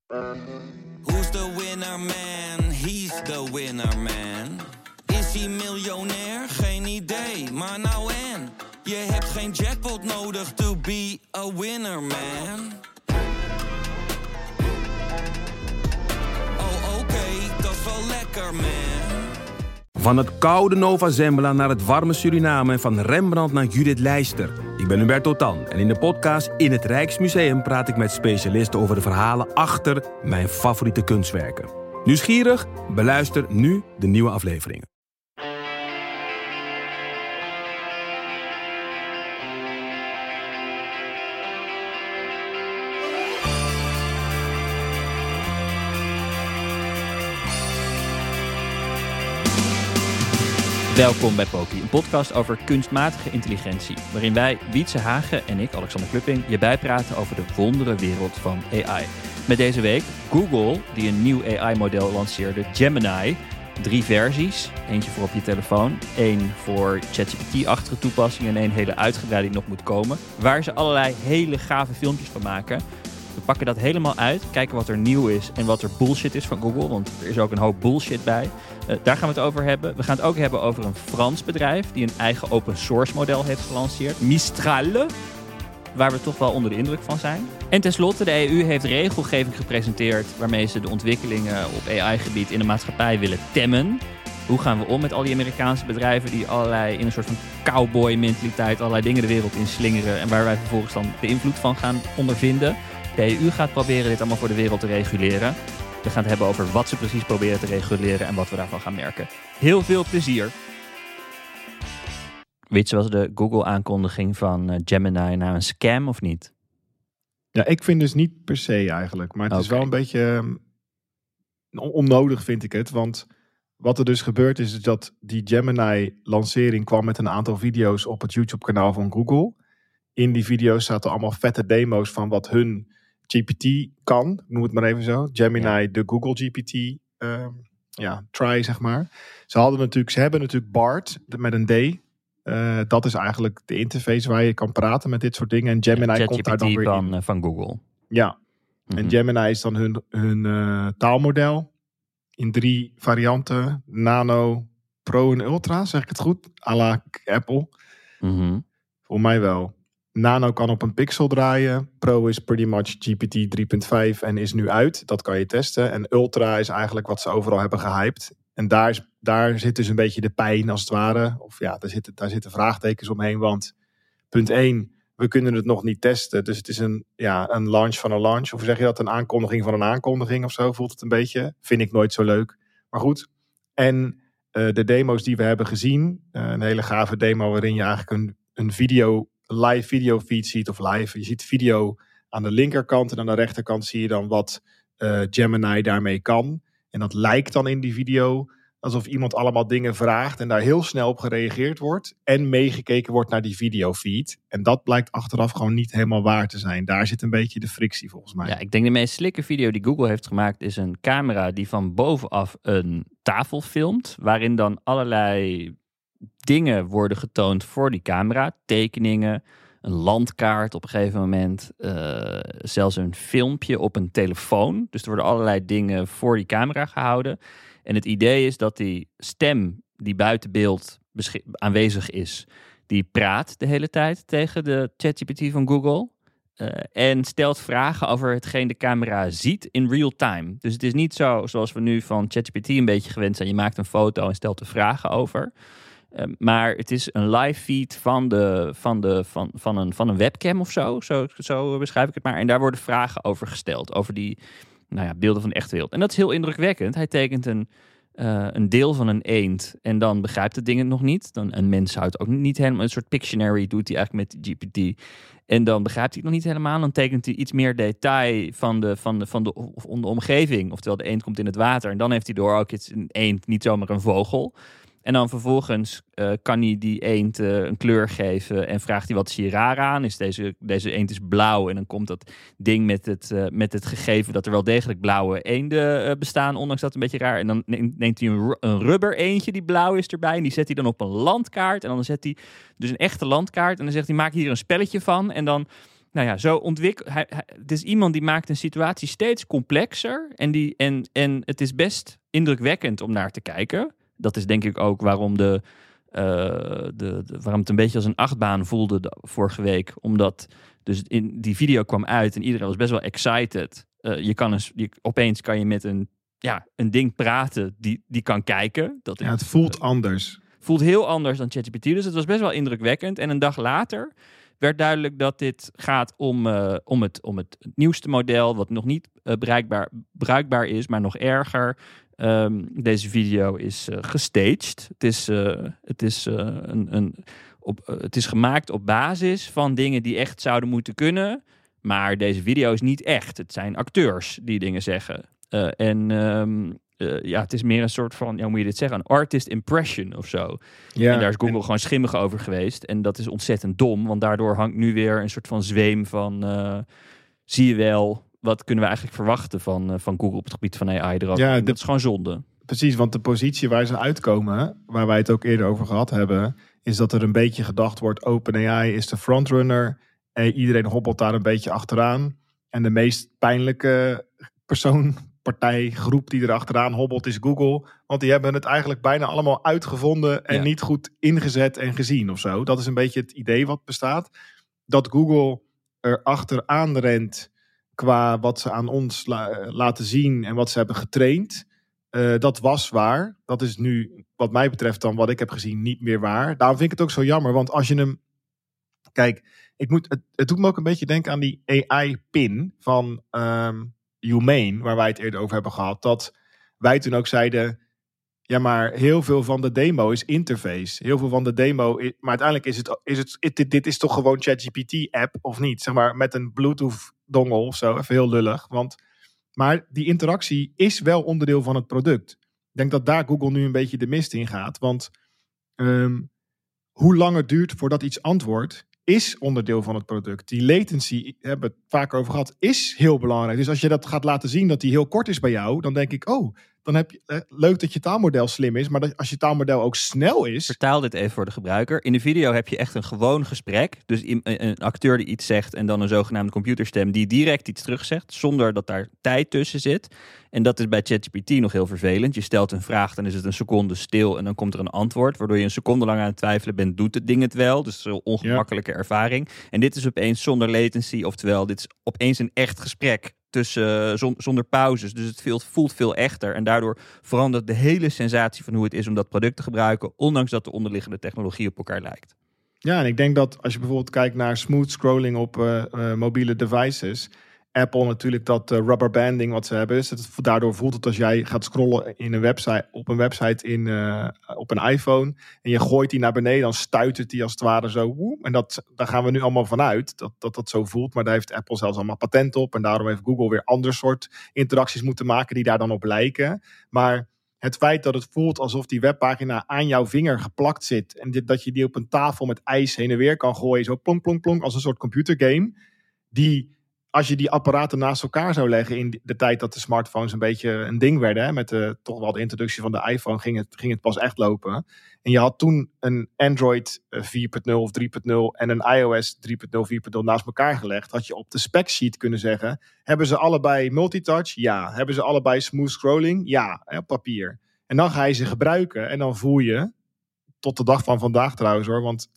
Who's the winner man? He's the winner man. Is hij miljonair? Geen idee, maar nou en. Je hebt geen jackpot nodig to be a winner man. Oh oké, dat is wel lekker man. Van het koude Nova Zembla naar het warme Suriname en van Rembrandt naar Judith Leister. Ik ben Humberto Tan en in de podcast In het Rijksmuseum praat ik met specialisten over de verhalen achter mijn favoriete kunstwerken. Nieuwsgierig? Beluister nu de nieuwe afleveringen. Welkom bij Poki, een podcast over kunstmatige intelligentie, waarin wij, Wietse Hagen en ik, Alexander Klupping, je bijpraten over de wonderenwereld van AI. Met deze week Google, die een nieuw AI-model lanceerde, Gemini. 3 versies, eentje voor op je telefoon, 1 voor ChatGPT-achtige toepassingen en 1 hele uitgebreide die nog moet komen, waar ze allerlei hele gave filmpjes van maken. We pakken dat helemaal uit, kijken wat er nieuw is en wat er bullshit is van Google, want er is ook een hoop bullshit bij. Daar gaan we het over hebben. We gaan het ook hebben over een Frans bedrijf die een eigen open source model heeft gelanceerd, Mistral, waar we toch wel onder de indruk van zijn. En tenslotte, de EU heeft regelgeving gepresenteerd waarmee ze de ontwikkelingen op AI-gebied in de maatschappij willen temmen. Hoe gaan we om met al die Amerikaanse bedrijven die allerlei in een soort van cowboy-mentaliteit allerlei dingen de wereld in slingeren en waar wij vervolgens dan de invloed van gaan ondervinden. De EU gaat proberen dit allemaal voor de wereld te reguleren. We gaan het hebben over wat ze precies proberen te reguleren en wat we daarvan gaan merken. Heel veel plezier. Weet je, was de Google-aankondiging van Gemini nou een scam of niet? Ja, ik vind dus niet per se eigenlijk. Maar het is wel een beetje onnodig, vind ik het. Want wat er dus gebeurd is dat die Gemini-lancering kwam met een aantal video's op het YouTube-kanaal van Google. In die video's zaten allemaal vette demo's van wat hun GPT kan. Noem het maar even zo. Gemini, de Google GPT try, zeg maar. Ze hebben natuurlijk BART met een D. Dat is eigenlijk de interface waar je kan praten met dit soort dingen. En Gemini komt daar dan weer in. Van Google. Ja. Mm-hmm. En Gemini is dan hun taalmodel. In 3 varianten. Nano, Pro en Ultra, zeg ik het goed? À la Apple. Mm-hmm. Voor mij wel. Nano kan op een pixel draaien. Pro is pretty much GPT 3.5 en is nu uit. Dat kan je testen. En Ultra is eigenlijk wat ze overal hebben gehyped. En daar zit dus een beetje de pijn als het ware. Of ja, daar zitten vraagtekens omheen. Want punt 1, we kunnen het nog niet testen. Dus het is een launch van een launch. Of zeg je dat? Een aankondiging van een aankondiging of zo voelt het een beetje. Vind ik nooit zo leuk. Maar goed. En de demo's die we hebben gezien. Een hele gave demo waarin je eigenlijk een live video feed ziet of live. Je ziet video aan de linkerkant en aan de rechterkant zie je dan wat Gemini daarmee kan. En dat lijkt dan in die video alsof iemand allemaal dingen vraagt en daar heel snel op gereageerd wordt en meegekeken wordt naar die videofeed. En dat blijkt achteraf gewoon niet helemaal waar te zijn. Daar zit een beetje de frictie volgens mij. Ja, ik denk de meest slikke video die Google heeft gemaakt is een camera die van bovenaf een tafel filmt, waarin dan allerlei dingen worden getoond voor die camera. Tekeningen, een landkaart op een gegeven moment. Zelfs een filmpje op een telefoon. Dus er worden allerlei dingen voor die camera gehouden. En het idee is dat die stem die buiten beeld aanwezig is, die praat de hele tijd tegen de ChatGPT van Google. En stelt vragen over hetgeen de camera ziet in real time. Dus het is niet zo zoals we nu van ChatGPT een beetje gewend zijn. Je maakt een foto en stelt er vragen over. Maar het is een live feed van een webcam of zo. Zo beschrijf ik het maar. En daar worden vragen over gesteld. Over die beelden van de echte wereld. En dat is heel indrukwekkend. Hij tekent een deel van een eend. En dan begrijpt het ding het nog niet. Dan een mens zou het ook niet helemaal. Een soort Pictionary doet hij eigenlijk met de GPT. En dan begrijpt hij het nog niet helemaal. Dan tekent hij iets meer detail van de omgeving. Oftewel de eend komt in het water. En dan heeft hij door ook het een eend, niet zomaar een vogel. En dan vervolgens kan hij die eend een kleur geven en vraagt hij wat is hier raar aan. Is deze eend is blauw en dan komt dat ding met het gegeven dat er wel degelijk blauwe eenden bestaan, ondanks dat het een beetje raar. En dan neemt hij een rubber eendje die blauw is erbij en die zet hij dan op een landkaart. En dan zet hij dus een echte landkaart en dan zegt hij maak hier een spelletje van. En dan nou ja, zo ontwikkelt... Het is iemand die maakt een situatie steeds complexer. En het is best indrukwekkend om naar te kijken. Dat is denk ik ook waarom waarom het een beetje als een achtbaan voelde vorige week. Omdat dus die video kwam uit en iedereen was best wel excited. Opeens kan je met een ding praten die kan kijken. Het voelt anders. Voelt heel anders dan ChatGPT. Dus het was best wel indrukwekkend. En een dag later werd duidelijk dat dit gaat om het nieuwste model, wat nog niet bruikbaar is, maar nog erger. Deze video is gestaged. Het is gemaakt op basis van dingen die echt zouden moeten kunnen. Maar deze video is niet echt. Het zijn acteurs die dingen zeggen. Het is meer een soort van, hoe moet je dit zeggen? Een artist impression of zo. Ja, en daar is Google gewoon schimmig over geweest. En dat is ontzettend dom. Want daardoor hangt nu weer een soort van zweem van... zie je wel, wat kunnen we eigenlijk verwachten van Google op het gebied van AI erop? Ja, dat is gewoon zonde. Precies, want de positie waar ze uitkomen, waar wij het ook eerder over gehad hebben, is dat er een beetje gedacht wordt, OpenAI is de frontrunner. En iedereen hobbelt daar een beetje achteraan. En de meest pijnlijke partijgroep die er achteraan hobbelt is Google. Want die hebben het eigenlijk bijna allemaal uitgevonden en niet goed ingezet en gezien of zo. Dat is een beetje het idee wat bestaat. Dat Google er achteraan rent qua wat ze aan ons laten zien en wat ze hebben getraind. Dat was waar. Dat is nu, wat mij betreft dan, wat ik heb gezien, niet meer waar. Daarom vind ik het ook zo jammer, want als je hem... Kijk, het doet me ook een beetje denken aan die AI-pin van Humane, waar wij het eerder over hebben gehad. Dat wij toen ook zeiden, ja, maar heel veel van de demo is interface. Heel veel van de demo maar uiteindelijk dit is toch gewoon ChatGPT-app of niet? Zeg maar met een Bluetooth-dongel of zo. Even heel lullig. Maar die interactie is wel onderdeel van het product. Ik denk dat daar Google nu een beetje de mist in gaat. Want hoe lang het duurt voordat iets antwoordt, is onderdeel van het product. Die latency, hebben we het vaak over gehad, is heel belangrijk. Dus als je dat gaat laten zien dat die heel kort is bij jou, dan denk ik, dan heb je leuk dat je taalmodel slim is, maar als je taalmodel ook snel is... Vertaal dit even voor de gebruiker. In de video heb je echt een gewoon gesprek. Dus een acteur die iets zegt en dan een zogenaamde computerstem die direct iets terugzegt, zonder dat daar tijd tussen zit. En dat is bij ChatGPT nog heel vervelend. Je stelt een vraag, dan is het een seconde stil en dan komt er een antwoord, waardoor je een seconde lang aan het twijfelen bent, doet het ding het wel? Dus een ongemakkelijke ervaring. En dit is opeens zonder latency, oftewel dit is opeens een echt gesprek zonder pauzes. Dus het voelt veel echter. En daardoor verandert de hele sensatie van hoe het is om dat product te gebruiken, ondanks dat de onderliggende technologie op elkaar lijkt. Ja, en ik denk dat als je bijvoorbeeld kijkt naar smooth scrolling op mobiele devices, Apple natuurlijk dat rubber banding wat ze hebben. Dus daardoor voelt het als jij gaat scrollen op een website op een iPhone en je gooit die naar beneden, dan stuitert die als het ware zo. En daar gaan we nu allemaal vanuit dat zo voelt. Maar daar heeft Apple zelfs allemaal patent op. En daarom heeft Google weer ander soort interacties moeten maken die daar dan op lijken. Maar het feit dat het voelt alsof die webpagina aan jouw vinger geplakt zit en dat je die op een tafel met ijs heen en weer kan gooien, zo plonk, plonk, plonk, als een soort computergame, als je die apparaten naast elkaar zou leggen in de tijd dat de smartphones een beetje een ding werden, hè, met toch wel de introductie van de iPhone, ging het pas echt lopen. En je had toen een Android 4.0 of 3.0 en een iOS 3.0, 4.0 naast elkaar gelegd. Had je op de spec sheet kunnen zeggen, hebben ze allebei multitouch? Ja. Hebben ze allebei smooth scrolling? Ja, op papier. En dan ga je ze gebruiken en dan voel je, tot de dag van vandaag trouwens hoor, want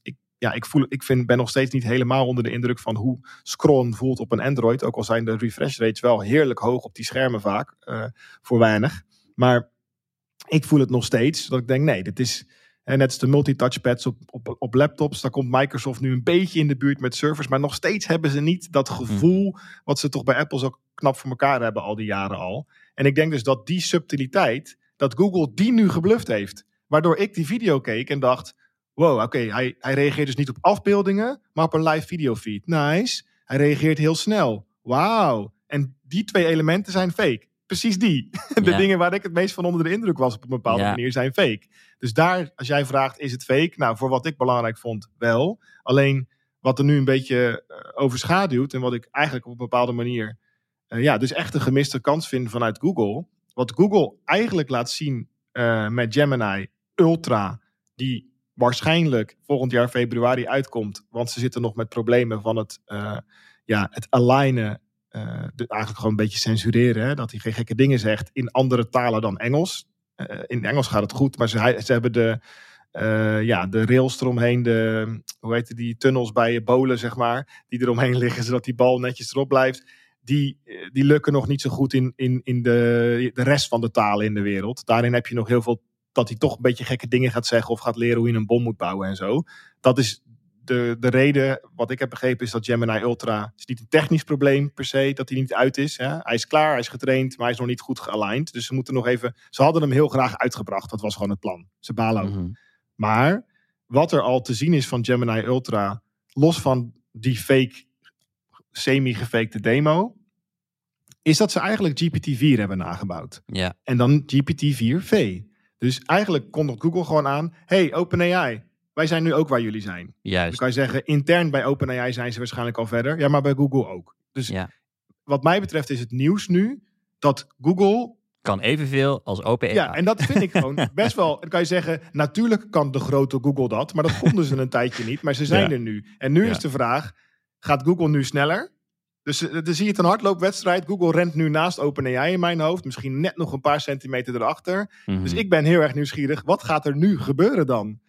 ik ben nog steeds niet helemaal onder de indruk van hoe scrollen voelt op een Android. Ook al zijn de refresh rates wel heerlijk hoog op die schermen vaak. Voor weinig. Maar ik voel het nog steeds. Dat ik denk, nee, dit is... net als de multitouchpads op laptops. Daar komt Microsoft nu een beetje in de buurt met servers. Maar nog steeds hebben ze niet dat gevoel wat ze toch bij Apple zo knap voor elkaar hebben al die jaren al. En ik denk dus dat die subtiliteit, dat Google die nu gebluft heeft. Waardoor ik die video keek en dacht, wow, oké, hij reageert dus niet op afbeeldingen, maar op een live videofeed. Nice. Hij reageert heel snel. Wauw. En die twee elementen zijn fake. Precies die. De dingen waar ik het meest van onder de indruk was op een bepaalde manier zijn fake. Dus daar, als jij vraagt, is het fake? Nou, voor wat ik belangrijk vond, wel. Alleen, wat er nu een beetje overschaduwt en wat ik eigenlijk op een bepaalde manier dus echt een gemiste kans vind vanuit Google. Wat Google eigenlijk laat zien met Gemini Ultra, die waarschijnlijk volgend jaar februari uitkomt. Want ze zitten nog met problemen van het alignen, eigenlijk gewoon een beetje censureren. Hè, dat hij geen gekke dingen zegt in andere talen dan Engels. In Engels gaat het goed, maar ze hebben de rails eromheen, die tunnels bij bolen, zeg maar, die eromheen liggen, zodat die bal netjes erop blijft. Die lukken nog niet zo goed in de rest van de talen in de wereld. Daarin heb je nog heel veel dat hij toch een beetje gekke dingen gaat zeggen of gaat leren hoe je een bom moet bouwen en zo. Dat is de reden, wat ik heb begrepen, is dat Gemini Ultra is niet een technisch probleem per se, dat hij niet uit is. Hè. Hij is klaar, hij is getraind, maar hij is nog niet goed gealigned. Dus ze hadden hem heel graag uitgebracht. Dat was gewoon het plan. Ze balen ook. Mm-hmm. Maar wat er al te zien is van Gemini Ultra, los van die fake, semi-gefakte demo, is dat ze eigenlijk GPT-4 hebben nagebouwd. Ja. En dan GPT-4V. Dus eigenlijk kondigt Google gewoon aan, hey, OpenAI, wij zijn nu ook waar jullie zijn. Juist. Dan kan je zeggen, intern bij OpenAI zijn ze waarschijnlijk al verder. Ja, maar bij Google ook. Dus wat mij betreft is het nieuws nu dat Google kan evenveel als OpenAI. Ja, en dat vind ik gewoon best wel. Dan kan je zeggen, natuurlijk kan de grote Google dat, maar dat konden ze een tijdje niet. Maar ze zijn er nu. En nu is de vraag, gaat Google nu sneller? Dus dan zie je het een hardloopwedstrijd. Google rent nu naast OpenAI in mijn hoofd. Misschien net nog een paar centimeter erachter. Mm-hmm. Dus ik ben heel erg nieuwsgierig. Wat gaat er nu gebeuren dan?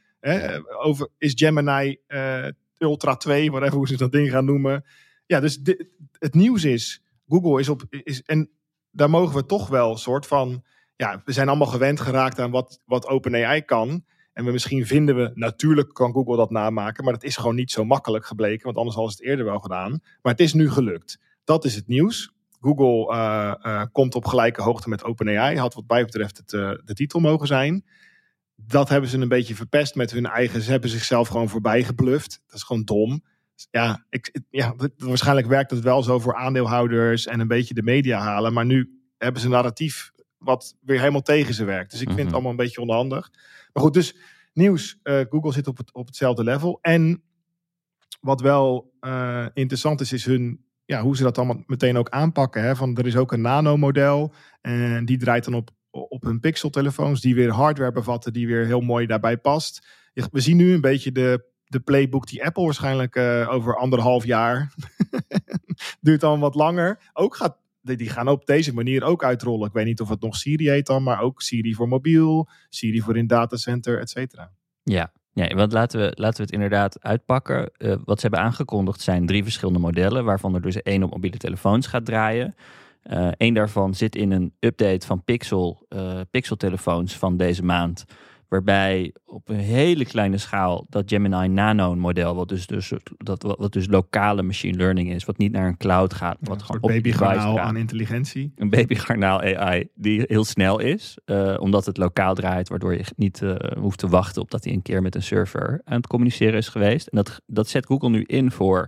Is Gemini Ultra 2, whatever hoe ze dat ding gaan noemen. Ja, dus het nieuws is, Google is en daar mogen we toch wel een soort van, we zijn allemaal gewend geraakt aan wat OpenAI kan. En misschien vinden we, natuurlijk kan Google dat namaken, maar dat is gewoon niet zo makkelijk gebleken, want anders hadden ze het eerder wel gedaan. Maar het is nu gelukt. Dat is het nieuws. Google komt op gelijke hoogte met OpenAI. Had wat mij betreft de titel mogen zijn. Dat hebben ze een beetje verpest met hun eigen. Ze hebben zichzelf gewoon voorbij gebluft. Dat is gewoon dom. Waarschijnlijk werkt het wel zo voor aandeelhouders en een beetje de media halen. Maar nu hebben ze een narratief wat weer helemaal tegen ze werkt. Dus ik vind het allemaal een beetje onhandig. Maar goed, dus nieuws. Google zit op hetzelfde level. En wat wel interessant is hoe ze dat allemaal meteen ook aanpakken. Hè? Er is ook een nano-model. En die draait dan op hun Pixel-telefoons. Die weer hardware bevatten die weer heel mooi daarbij past. We zien nu een beetje de playbook die Apple waarschijnlijk over 1,5 jaar duurt dan wat langer. Die gaan op deze manier ook uitrollen. Ik weet niet of het nog Siri heet dan, maar ook Siri voor mobiel, Siri voor in datacenter, et cetera. Ja, want laten we het inderdaad uitpakken. Wat ze hebben aangekondigd zijn 3 verschillende modellen, waarvan er dus 1 op mobiele telefoons gaat draaien. 1 daarvan zit in een update van Pixel-telefoons van deze maand, waarbij op een hele kleine schaal dat Gemini Nano model, wat dus lokale machine learning is, wat niet naar een cloud gaat, wat gewoon op babygarnaal aan intelligentie. Een babygarnaal AI die heel snel is, omdat het lokaal draait, waardoor je niet hoeft te wachten op dat hij een keer met een server aan het communiceren is geweest. En dat zet Google nu in voor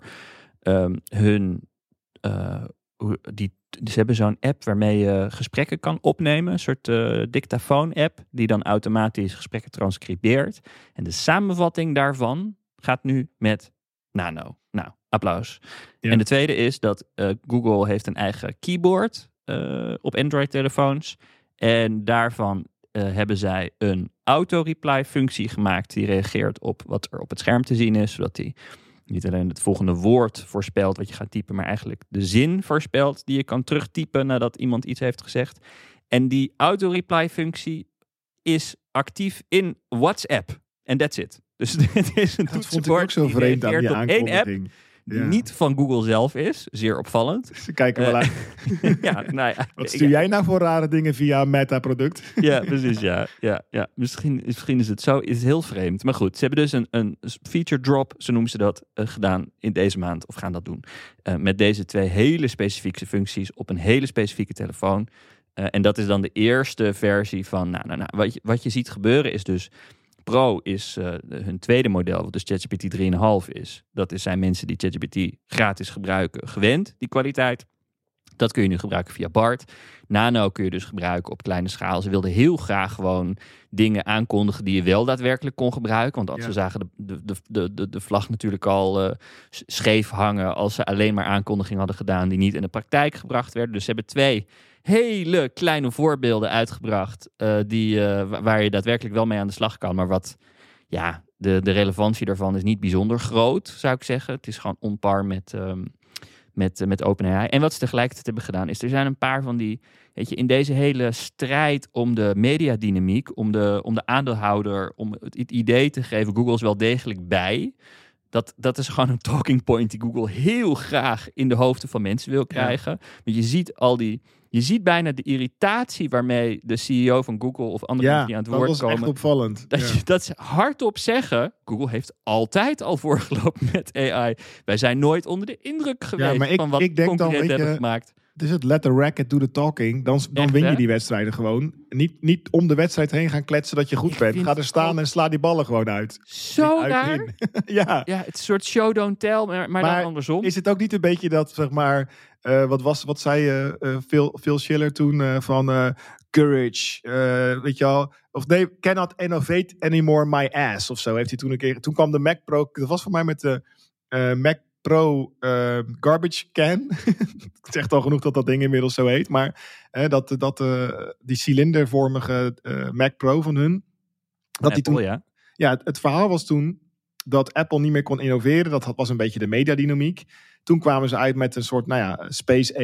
ze hebben zo'n app waarmee je gesprekken kan opnemen. Een soort dictafoon-app die dan automatisch gesprekken transcribeert. En de samenvatting daarvan gaat nu met Nano. Nou, applaus. Ja. En de tweede is dat Google heeft een eigen keyboard op Android-telefoons. En daarvan hebben zij een auto-reply functie gemaakt die reageert op wat er op het scherm te zien is, zodat die niet alleen het volgende woord voorspelt wat je gaat typen, maar eigenlijk de zin voorspelt die je kan terugtypen nadat iemand iets heeft gezegd. En die auto-reply-functie is actief in WhatsApp. En that's it. Dus het is een toetsenbord die vreemd aan die op 1 app die niet van Google zelf is. Zeer opvallend. Ze kijken wel uit. Wat stuur jij nou voor rare dingen via een Meta-product? Ja, precies. Ja. Misschien is het zo. Het is heel vreemd. Maar goed, ze hebben dus een feature drop, zo noemen ze dat, gedaan in deze maand. Of gaan dat doen. Met deze 2 hele specifieke functies op een hele specifieke telefoon. En dat is dan de eerste versie van, wat je ziet gebeuren is dus, Pro is hun tweede model, wat dus ChatGPT 3,5 is. Zijn mensen die ChatGPT gratis gebruiken gewend, die kwaliteit. Dat kun je nu gebruiken via Bard. Nano kun je dus gebruiken op kleine schaal. Ze wilden heel graag gewoon dingen aankondigen die je wel daadwerkelijk kon gebruiken. Want ze zagen de vlag natuurlijk al scheef hangen als ze alleen maar aankondigingen hadden gedaan die niet in de praktijk gebracht werden. Dus ze hebben 2 hele kleine voorbeelden uitgebracht waar je daadwerkelijk wel mee aan de slag kan. Maar de relevantie daarvan is niet bijzonder groot, zou ik zeggen. Het is gewoon on par met OpenAI. En wat ze tegelijkertijd hebben gedaan is, er zijn een paar van die, weet je, in deze hele strijd om de mediadynamiek, om de aandeelhouder, om het idee te geven, Google is wel degelijk bij. Dat is gewoon een talking point die Google heel graag in de hoofden van mensen wil krijgen. Maar je ziet bijna de irritatie waarmee de CEO van Google of andere mensen die aan het woord komen. Dat was echt opvallend. Dat ze hardop zeggen, Google heeft altijd al voorgelopen met AI. Wij zijn nooit onder de indruk geweest van wat concurrenten hebben gemaakt. Het is het let the racket do the talking. Dan win je die wedstrijden gewoon. Niet om de wedstrijd heen gaan kletsen dat je goed bent. Ga er staan en sla die ballen gewoon uit. Zo raar. Ja, het is een soort show don't tell, maar dan andersom. Is het ook niet een beetje dat, zeg maar, wat zei Phil Schiller toen van courage, weet je wel, of nee, cannot innovate anymore my ass of zo heeft hij toen een keer. Toen kwam de Mac Pro, dat was voor mij met de Mac Pro garbage can. Het zegt al genoeg dat ding inmiddels zo heet, maar die cilindervormige Mac Pro van hun, dat die toen, het verhaal was toen dat Apple niet meer kon innoveren. Dat was een beetje de mediadynamiek. Toen kwamen ze uit met een soort, space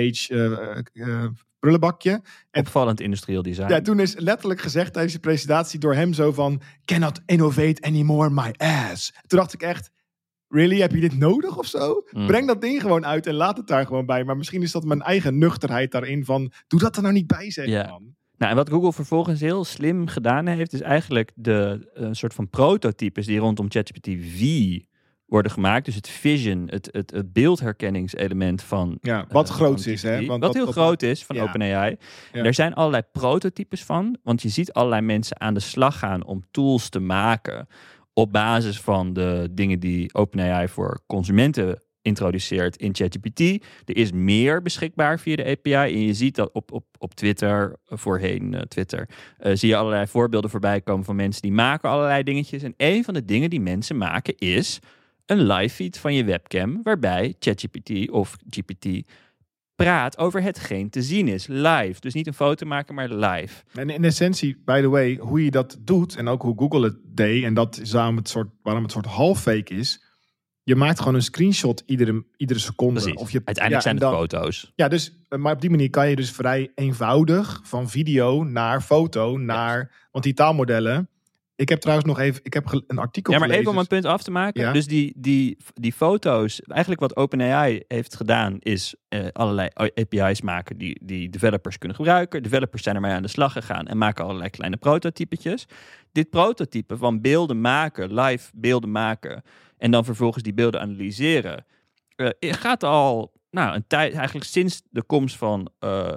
age prullenbakje. Opvallend industrieel design. Ja, toen is letterlijk gezegd tijdens de presentatie door hem zo van, cannot innovate anymore my ass. Toen dacht ik echt, really, heb je dit nodig of zo? Breng dat ding gewoon uit en laat het daar gewoon bij. Maar misschien is dat mijn eigen nuchterheid daarin van, doe dat er nou niet bij, zeg man. Nou, en wat Google vervolgens heel slim gedaan heeft, is eigenlijk de soort van prototypes die rondom ChatGPT-V worden gemaakt. Dus het vision, het beeldherkenningselement van wat groots is, hè? Want wat heel groot is van OpenAI. Ja. Er zijn allerlei prototypes van, want je ziet allerlei mensen aan de slag gaan om tools te maken op basis van de dingen die OpenAI voor consumenten introduceert in ChatGPT. Er is meer beschikbaar via de API. En je ziet dat op Twitter, voorheen Twitter, zie je allerlei voorbeelden voorbij komen van mensen die maken allerlei dingetjes. En een van de dingen die mensen maken is een live feed van je webcam, waarbij ChatGPT of GPT praat over hetgeen te zien is. Live. Dus niet een foto maken, maar live. En in essentie, by the way, hoe je dat doet en ook hoe Google het deed, en dat is waarom het soort half-fake is. Je maakt gewoon een screenshot iedere seconde. Precies. Uiteindelijk zijn het foto's. Ja, dus, maar op die manier kan je dus vrij eenvoudig van video naar foto naar, want die taalmodellen. Ik heb trouwens nog even, een artikel gelezen. Even om een punt af te maken. Ja. Dus die foto's, eigenlijk wat OpenAI heeft gedaan, is allerlei API's maken die developers kunnen gebruiken. Developers zijn ermee aan de slag gegaan en maken allerlei kleine prototypetjes. Dit prototype van beelden maken, live beelden maken, en dan vervolgens die beelden analyseren, gaat al een tijd, eigenlijk sinds de komst van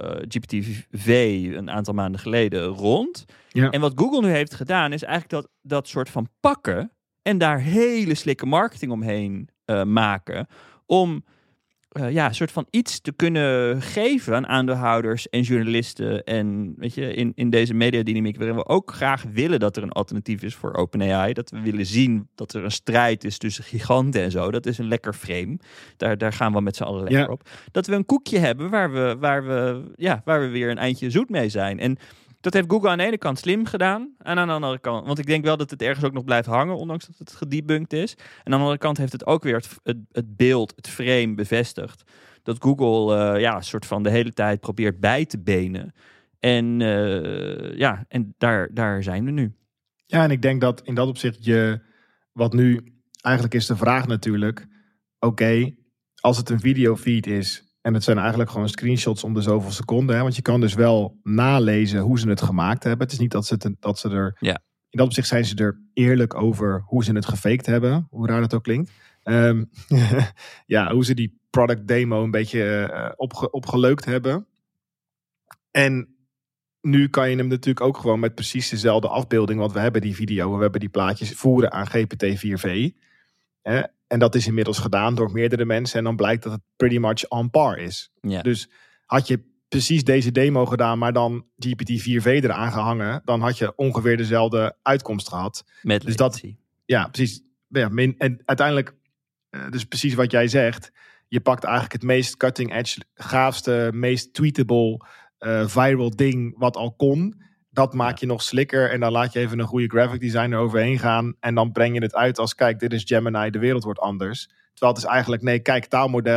GPT-V een aantal maanden geleden rond. Ja. En wat Google nu heeft gedaan, is eigenlijk dat soort van pakken en daar hele slikke marketing omheen maken om een soort van iets te kunnen geven aan aandeelhouders en journalisten. En weet je, in deze mediadynamiek waarin we ook graag willen dat er een alternatief is voor OpenAI. Dat we willen zien dat er een strijd is tussen giganten en zo. Dat is een lekker frame. Daar gaan we met z'n allen lekker op. Dat we een koekje hebben waar we weer een eindje zoet mee zijn. En dat heeft Google aan de ene kant slim gedaan. En aan de andere kant, want ik denk wel dat het ergens ook nog blijft hangen, ondanks dat het gedebunked is. En aan de andere kant heeft het ook weer het beeld, het frame bevestigd. Dat Google een soort van de hele tijd probeert bij te benen. En daar zijn we nu. Ja, en ik denk dat in dat opzicht wat nu eigenlijk is de vraag natuurlijk. Oké, als het een videofeed is, en het zijn eigenlijk gewoon screenshots om de zoveel seconden. Hè? Want je kan dus wel nalezen hoe ze het gemaakt hebben. Het is niet dat ze er... Ja. In dat opzicht zijn ze er eerlijk over hoe ze het gefaked hebben. Hoe raar dat ook klinkt. Hoe ze die product demo een beetje opgeleukt hebben. En nu kan je hem natuurlijk ook gewoon met precies dezelfde afbeelding. Want we hebben die video, we hebben die plaatjes voeren aan GPT-4V. En dat is inmiddels gedaan door meerdere mensen. En dan blijkt dat het pretty much on par is. Ja. Dus had je precies deze demo gedaan, maar dan GPT-4V eraan gehangen, dan had je ongeveer dezelfde uitkomst gehad. Met dus latency. Ja, precies. Ja, en uiteindelijk, dus precies wat jij zegt. Je pakt eigenlijk het meest cutting edge, gaafste, meest tweetable, viral ding wat al kon. Dat maak je nog slikker en dan laat je even een goede graphic designer overheen gaan. En dan breng je het uit als, kijk, dit is Gemini, de wereld wordt anders. Terwijl het is eigenlijk, nee, kijk, taalmodellen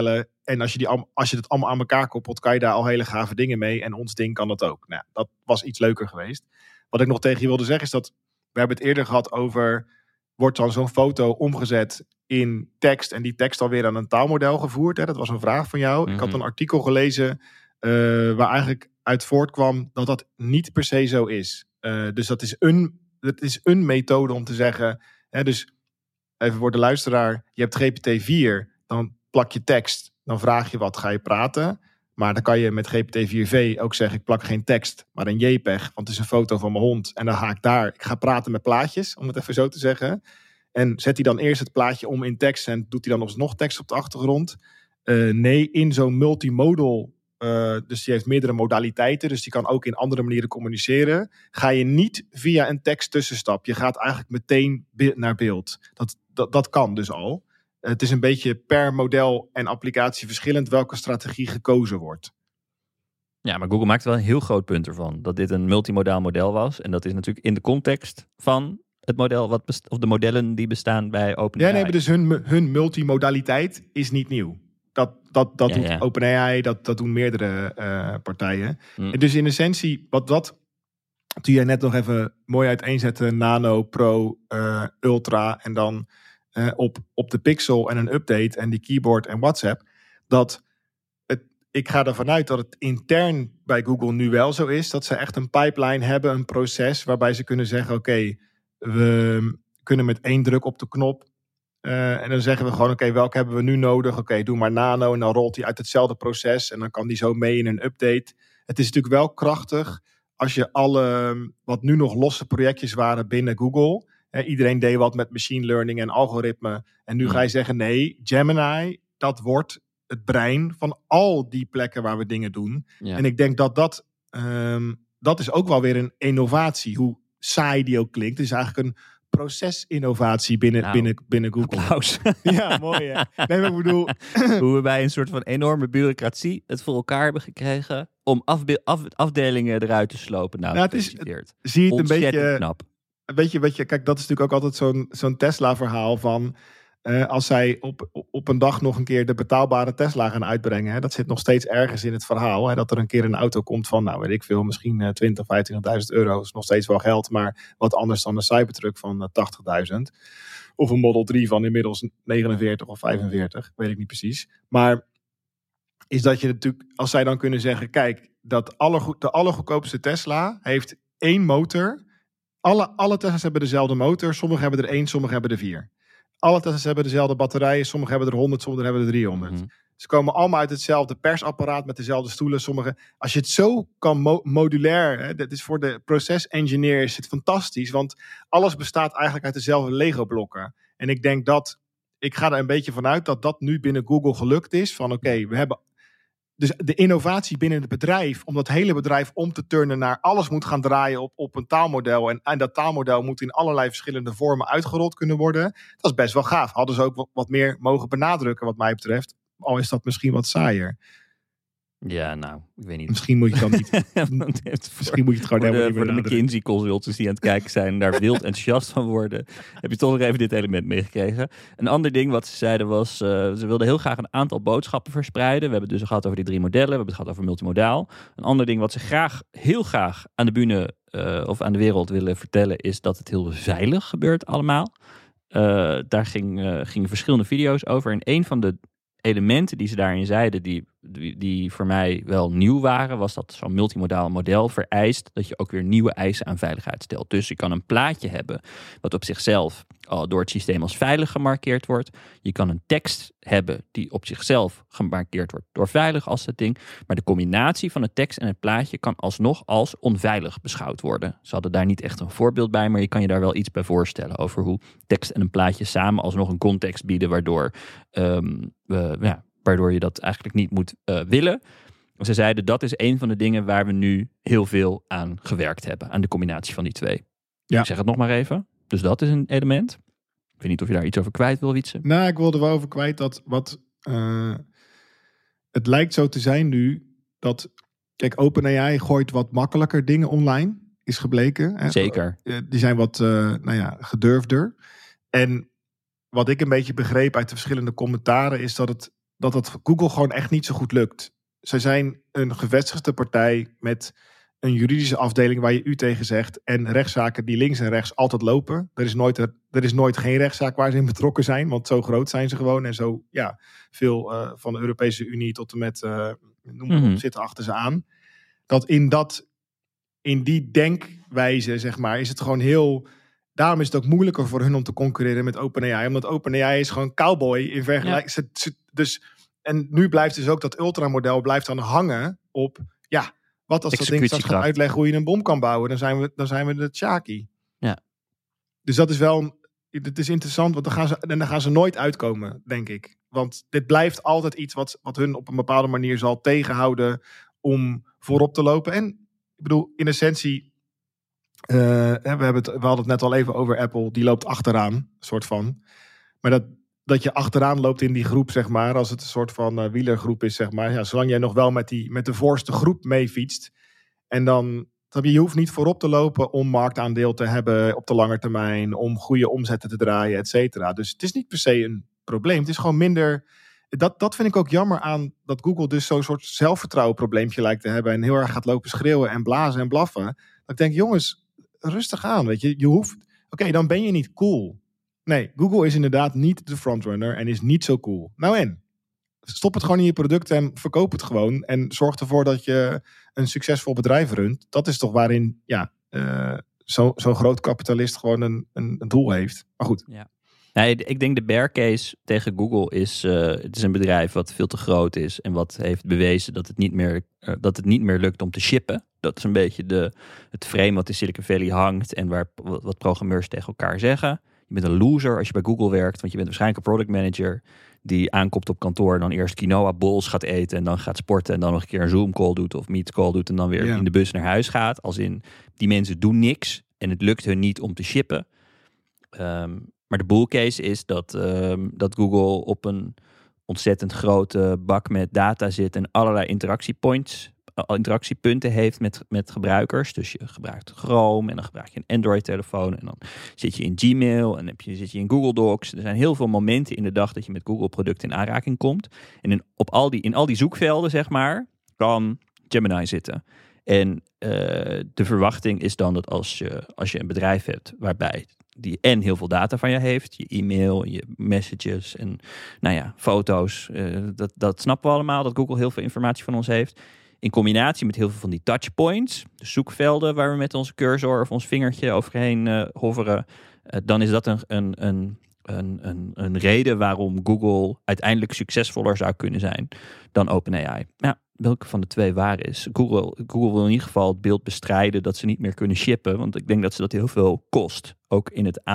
En als je het allemaal aan elkaar koppelt, kan je daar al hele gave dingen mee. En ons ding kan dat ook. Nou, dat was iets leuker geweest. Wat ik nog tegen je wilde zeggen is dat, we hebben het eerder gehad over, wordt dan zo'n foto omgezet in tekst en die tekst alweer aan een taalmodel gevoerd? Hè? Dat was een vraag van jou. Ik had een artikel gelezen waar eigenlijk uit voortkwam dat dat niet per se zo is. Dus dat is een methode om te zeggen, hè, dus even voor de luisteraar, je hebt GPT-4, dan plak je tekst, dan vraag je wat, ga je praten? Maar dan kan je met GPT-4v ook zeggen, ik plak geen tekst, maar een JPEG, want het is een foto van mijn hond. En dan ga ik ga praten met plaatjes, om het even zo te zeggen. En zet hij dan eerst het plaatje om in tekst en doet hij dan alsnog tekst op de achtergrond? Nee, in zo'n multimodal, dus die heeft meerdere modaliteiten, dus die kan ook in andere manieren communiceren. Ga je niet via een tekst tussenstap. Je gaat eigenlijk meteen naar beeld. Dat kan dus al. Het is een beetje per model en applicatie verschillend welke strategie gekozen wordt. Ja, maar Google maakt wel een heel groot punt ervan. Dat dit een multimodaal model was. En dat is natuurlijk in de context van het model of de modellen die bestaan bij OpenAI. Ja, nee, maar dus hun multimodaliteit is niet nieuw. Dat doet OpenAI, dat doen meerdere partijen. En dus in essentie, toen jij net nog even mooi uiteenzette, Nano, Pro, Ultra en dan op de Pixel en een update en die keyboard en WhatsApp, ik ga ervan uit dat het intern bij Google nu wel zo is, dat ze echt een pipeline hebben, een proces waarbij ze kunnen zeggen, oké, we kunnen met 1 druk op de knop en dan zeggen we gewoon, oké, welke hebben we nu nodig? Oké, doe maar Nano en dan rolt hij uit hetzelfde proces en dan kan die zo mee in een update. Het is natuurlijk wel krachtig als je alle, wat nu nog losse projectjes waren binnen Google, iedereen deed wat met machine learning en algoritme. En nu ga je zeggen, nee, Gemini, dat wordt het brein van al die plekken waar we dingen doen. Ja. En ik denk dat is ook wel weer een innovatie. Hoe saai die ook klinkt. Het is eigenlijk een procesinnovatie binnen Google. Applaus. Ja, mooi hè. Nee, maar ik bedoel, hoe we bij een soort van enorme bureaucratie het voor elkaar hebben gekregen om afdelingen eruit te slopen. Nou, het is, zie je het een beetje knap. Weet je, kijk, dat is natuurlijk ook altijd zo'n Tesla-verhaal van als zij op een dag nog een keer de betaalbare Tesla gaan uitbrengen. Hè, dat zit nog steeds ergens in het verhaal. Hè, dat er een keer een auto komt van, nou weet ik veel, misschien 20.000, 25.000 euro. Is nog steeds wel geld, maar wat anders dan een Cybertruck van 80.000. Of een Model 3 van inmiddels 49 of 45, weet ik niet precies. Maar is dat je natuurlijk, als zij dan kunnen zeggen, kijk, de allergoedkoopste Tesla heeft 1 motor. Alle Tesla's hebben dezelfde motor. Sommige hebben er 1, sommige hebben er 4. Alle Tesla's hebben dezelfde batterijen. Sommige hebben er 100, sommige hebben er 300. Mm-hmm. Ze komen allemaal uit hetzelfde persapparaat met dezelfde stoelen. Als je het zo kan modulair, hè, dat is voor de process engineers het fantastisch. Want alles bestaat eigenlijk uit dezelfde Lego-blokken. En ik denk ik ga er een beetje vanuit dat nu binnen Google gelukt is. Van oké, we hebben dus de innovatie binnen het bedrijf, om dat hele bedrijf om te turnen naar alles moet gaan draaien op een taalmodel. En dat taalmodel moet in allerlei verschillende vormen uitgerold kunnen worden. Dat is best wel gaaf. Hadden ze ook wat meer mogen benadrukken wat mij betreft. Al is dat misschien wat saaier. Ja, nou, ik weet niet. Misschien moet je het dan niet. Misschien moet je het gewoon helemaal niet voor de McKinsey-consultants die aan het kijken zijn en daar wild enthousiast van worden, heb je toch nog even dit element meegekregen. Een ander ding wat ze zeiden was, ze wilden heel graag een aantal boodschappen verspreiden. We hebben het dus gehad over die 3 modellen, we hebben het gehad over multimodaal. Een ander ding wat ze heel graag aan de bühne of aan de wereld willen vertellen, is dat het heel veilig gebeurt allemaal. Daar gingen verschillende video's over. En een van de elementen die ze daarin zeiden, die voor mij wel nieuw waren, was dat zo'n multimodaal model vereist dat je ook weer nieuwe eisen aan veiligheid stelt. Dus je kan een plaatje hebben wat op zichzelf al door het systeem als veilig gemarkeerd wordt. Je kan een tekst hebben die op zichzelf gemarkeerd wordt door veilig als dat ding. Maar de combinatie van de tekst en het plaatje kan alsnog als onveilig beschouwd worden. Ze hadden daar niet echt een voorbeeld bij, maar je kan je daar wel iets bij voorstellen over hoe tekst en een plaatje samen alsnog een context bieden waardoor waardoor je dat eigenlijk niet moet willen. Ze zeiden dat is een van de dingen waar we nu heel veel aan gewerkt hebben. Aan de combinatie van die twee. Ja. Ik zeg het nog maar even. Dus dat is een element. Ik weet niet of je daar iets over kwijt wil, Wietse. Nou, ik wilde wel over kwijt dat het lijkt zo te zijn nu dat, kijk, OpenAI gooit wat makkelijker dingen online, is gebleken. Hè? Zeker. Die zijn wat gedurfder. En wat ik een beetje begreep uit de verschillende commentaren is dat het dat het Google gewoon echt niet zo goed lukt. Zij zijn een gevestigde partij met een juridische afdeling waar je u tegen zegt. En rechtszaken die links en rechts altijd lopen. Er is nooit geen rechtszaak waar ze in betrokken zijn. Want zo groot zijn ze gewoon. En zo veel van de Europese Unie tot en met zitten achter ze aan. Dat in die denkwijze, zeg maar, is het gewoon heel... Daarom is het ook moeilijker voor hun om te concurreren met OpenAI. Omdat OpenAI is gewoon cowboy in vergelijking. Dus, en nu blijft dus ook dat ultramodel blijft dan hangen op... wat als dat ding straks gaat uitleggen hoe je een bom kan bouwen? Dan zijn we de Tjaki. Ja. Dus dat is wel... Het is interessant, want dan gaan ze nooit uitkomen, denk ik. Want dit blijft altijd iets wat hun op een bepaalde manier zal tegenhouden om voorop te lopen. En ik bedoel, in essentie... we hadden het net al even over Apple. Die loopt achteraan, soort van. Maar dat je achteraan loopt in die groep, zeg maar. Als het een soort van wielergroep is, zeg maar. Ja, zolang jij nog wel met de voorste groep mee fietst. En dan... Je hoeft niet voorop te lopen om marktaandeel te hebben op de lange termijn. Om goede omzetten te draaien, et cetera. Dus het is niet per se een probleem. Het is gewoon minder... Dat vind ik ook jammer aan dat Google dus zo'n soort zelfvertrouwen probleempje lijkt te hebben. En heel erg gaat lopen schreeuwen en blazen en blaffen. Dat ik denk, jongens, rustig aan. Weet je, je hoeft... Oké, dan ben je niet cool. Nee, Google is inderdaad niet de frontrunner en is niet zo cool. Nou en? Stop het gewoon in je product en verkoop het gewoon. En zorg ervoor dat je een succesvol bedrijf runt. Dat is toch waarin zo'n groot kapitalist gewoon een doel heeft. Maar goed. Ja. Nee, ik denk de bear case tegen Google is... het is een bedrijf wat veel te groot is. En wat heeft bewezen dat het niet meer lukt om te shippen. Dat is een beetje het frame wat in Silicon Valley hangt. En wat programmeurs tegen elkaar zeggen. Je bent een loser als je bij Google werkt. Want je bent waarschijnlijk een product manager... die aankomt op kantoor en dan eerst quinoa bowls gaat eten... en dan gaat sporten en dan nog een keer een Zoom call doet... of Meet call doet en dan weer in de bus naar huis gaat. Als in, die mensen doen niks en het lukt hun niet om te shippen. Maar de bull case is dat Google op een ontzettend grote bak met data zit... en allerlei interactiepunten heeft met gebruikers. Dus je gebruikt Chrome en dan gebruik je een Android-telefoon... en dan zit je in Gmail en zit je in Google Docs. Er zijn heel veel momenten in de dag dat je met Google-producten in aanraking komt. En in al die zoekvelden, zeg maar, kan Gemini zitten. En de verwachting is dan dat als je een bedrijf hebt waarbij die en heel veel data van je heeft, je e-mail, je messages en foto's, dat snappen we allemaal, dat Google heel veel informatie van ons heeft. In combinatie met heel veel van die touchpoints, de zoekvelden waar we met onze cursor of ons vingertje overheen hoveren, dan is dat een reden waarom Google uiteindelijk succesvoller zou kunnen zijn dan OpenAI. Ja, welke van de twee waar is? Google wil in ieder geval het beeld bestrijden dat ze niet meer kunnen shippen, want ik denk dat ze dat heel veel kost. Ook in het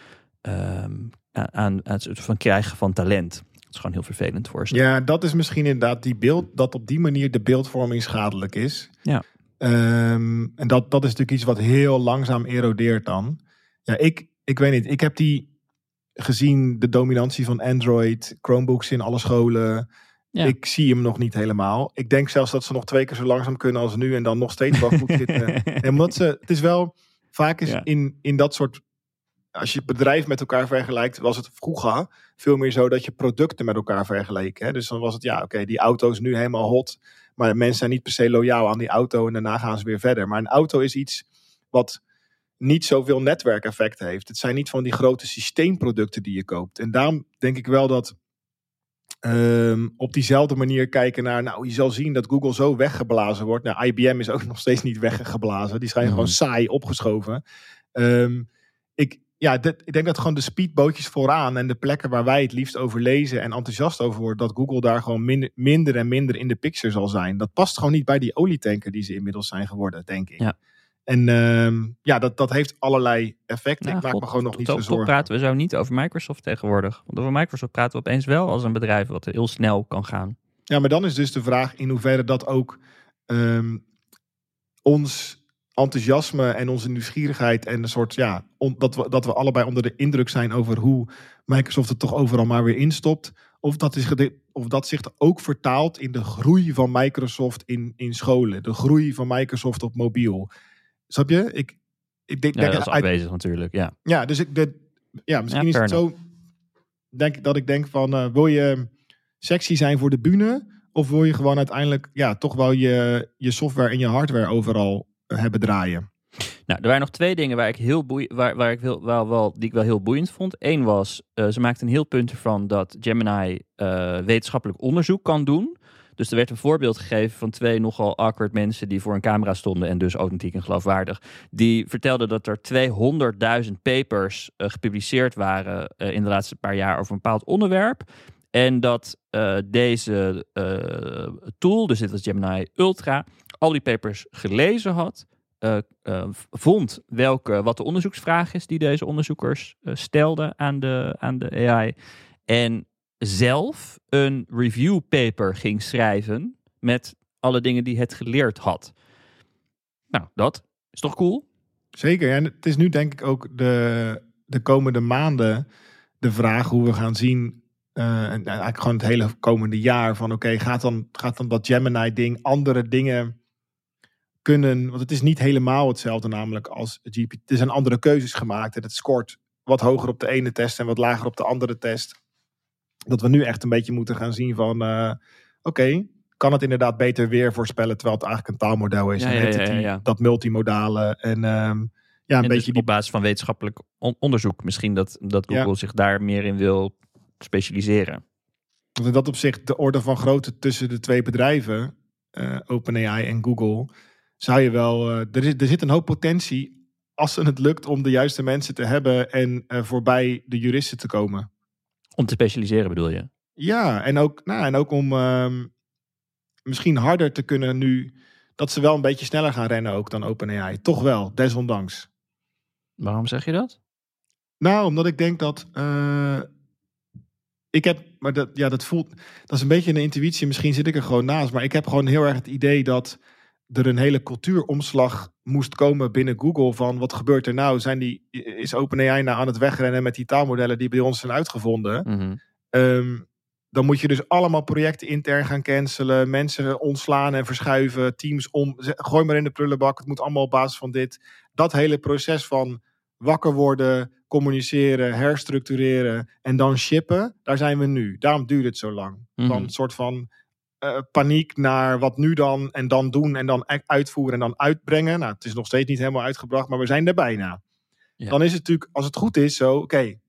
van krijgen van talent. Dat is gewoon heel vervelend voor ze. Ja, dat is misschien inderdaad dat op die manier de beeldvorming schadelijk is. Ja. En dat is natuurlijk iets wat heel langzaam erodeert dan. Ja, ik weet niet. Ik heb gezien de dominantie van Android, Chromebooks in alle scholen. Ja. Ik zie hem nog niet helemaal. Ik denk zelfs dat ze nog 2 keer zo langzaam kunnen als nu en dan nog steeds wel goed zitten. En omdat het is wel vaak in dat soort... Als je het bedrijf met elkaar vergelijkt, was het vroeger veel meer zo dat je producten met elkaar vergeleek. Hè? Dus dan was het, die auto is nu helemaal hot. Maar mensen zijn niet per se loyaal aan die auto en daarna gaan ze weer verder. Maar een auto is iets wat niet zoveel netwerkeffect heeft. Het zijn niet van die grote systeemproducten die je koopt. En daarom denk ik wel dat op diezelfde manier kijken naar... je zal zien dat Google zo weggeblazen wordt. Nou, IBM is ook nog steeds niet weggeblazen. Die schijnen gewoon saai opgeschoven. Ik denk dat gewoon de speedbootjes vooraan en de plekken waar wij het liefst over lezen en enthousiast over worden, dat Google daar gewoon minder en minder in de picture zal zijn. Dat past gewoon niet bij die olietanker die ze inmiddels zijn geworden, denk ik. Ja. En dat heeft allerlei effecten. Ik maak me gewoon nog niet zo zorgen. Toch praten we zo niet over Microsoft tegenwoordig. Want over Microsoft praten we opeens wel als een bedrijf wat heel snel kan gaan. Ja, maar dan is dus de vraag in hoeverre dat ook ons enthousiasme en onze nieuwsgierigheid en een soort, dat we allebei onder de indruk zijn over hoe Microsoft het toch overal maar weer instopt. Of dat zich ook vertaalt in de groei van Microsoft in scholen. De groei van Microsoft op mobiel. Snap je? Ik denk dat is afwezig natuurlijk, ja. Ja, dus misschien is het zo, dat ik denk van, wil je sexy zijn voor de bühne? Of wil je gewoon uiteindelijk toch wel je software en je hardware overal hebben draaien? Nou, er waren nog 2 dingen waar ik die ik wel heel boeiend vond. Eén was, ze maakte een heel punt ervan dat Gemini wetenschappelijk onderzoek kan doen. Dus er werd een voorbeeld gegeven van 2 nogal awkward mensen die voor een camera stonden en dus authentiek en geloofwaardig. Die vertelden dat er 200.000 papers gepubliceerd waren in de laatste paar jaar over een bepaald onderwerp. En dat deze tool, dus dit was Gemini Ultra, al die papers gelezen had. Vond wat de onderzoeksvraag is die deze onderzoekers stelden aan de AI. En zelf een review paper ging schrijven met alle dingen die het geleerd had. Nou, dat is toch cool? Zeker. En het is nu denk ik ook de komende maanden de vraag hoe we gaan zien. En eigenlijk gewoon het hele komende jaar van gaat dan dat Gemini ding andere dingen kunnen, want het is niet helemaal hetzelfde namelijk als GPT. Er zijn andere keuzes gemaakt en het scoort wat hoger op de ene test en wat lager op de andere test. Dat we nu echt een beetje moeten gaan zien van kan het inderdaad beter weer voorspellen terwijl het eigenlijk een taalmodel is. Dat multimodale en een beetje dus op basis van wetenschappelijk onderzoek misschien dat Google zich daar meer in wil specialiseren. Want in dat opzicht de orde van grootte tussen de 2 bedrijven, OpenAI en Google, zou je wel, er zit een hoop potentie als het lukt om de juiste mensen te hebben en voorbij de juristen te komen. Om te specialiseren bedoel je? Ja, en ook om misschien harder te kunnen nu, dat ze wel een beetje sneller gaan rennen ook dan OpenAI. Toch wel, desondanks. Waarom zeg je dat? Nou, omdat ik denk dat dat voelt, dat is een beetje een intuïtie, misschien zit ik er gewoon naast, maar ik heb gewoon heel erg het idee dat er een hele cultuuromslag moest komen binnen Google van wat gebeurt er nou? Is OpenAI nou aan het wegrennen met die taalmodellen die bij ons zijn uitgevonden? Mm-hmm. Dan moet je dus allemaal projecten intern gaan cancelen, mensen ontslaan en verschuiven, teams gooi maar in de prullenbak, het moet allemaal op basis van dit. Dat hele proces van wakker worden, communiceren, herstructureren en dan shippen, daar zijn we nu. Daarom duurt het zo lang. Mm-hmm. Dan een soort van paniek naar wat nu dan en dan doen en dan uitvoeren en dan uitbrengen. Nou, het is nog steeds niet helemaal uitgebracht, maar we zijn er bijna. Ja. Dan is het natuurlijk, als het goed is, zo,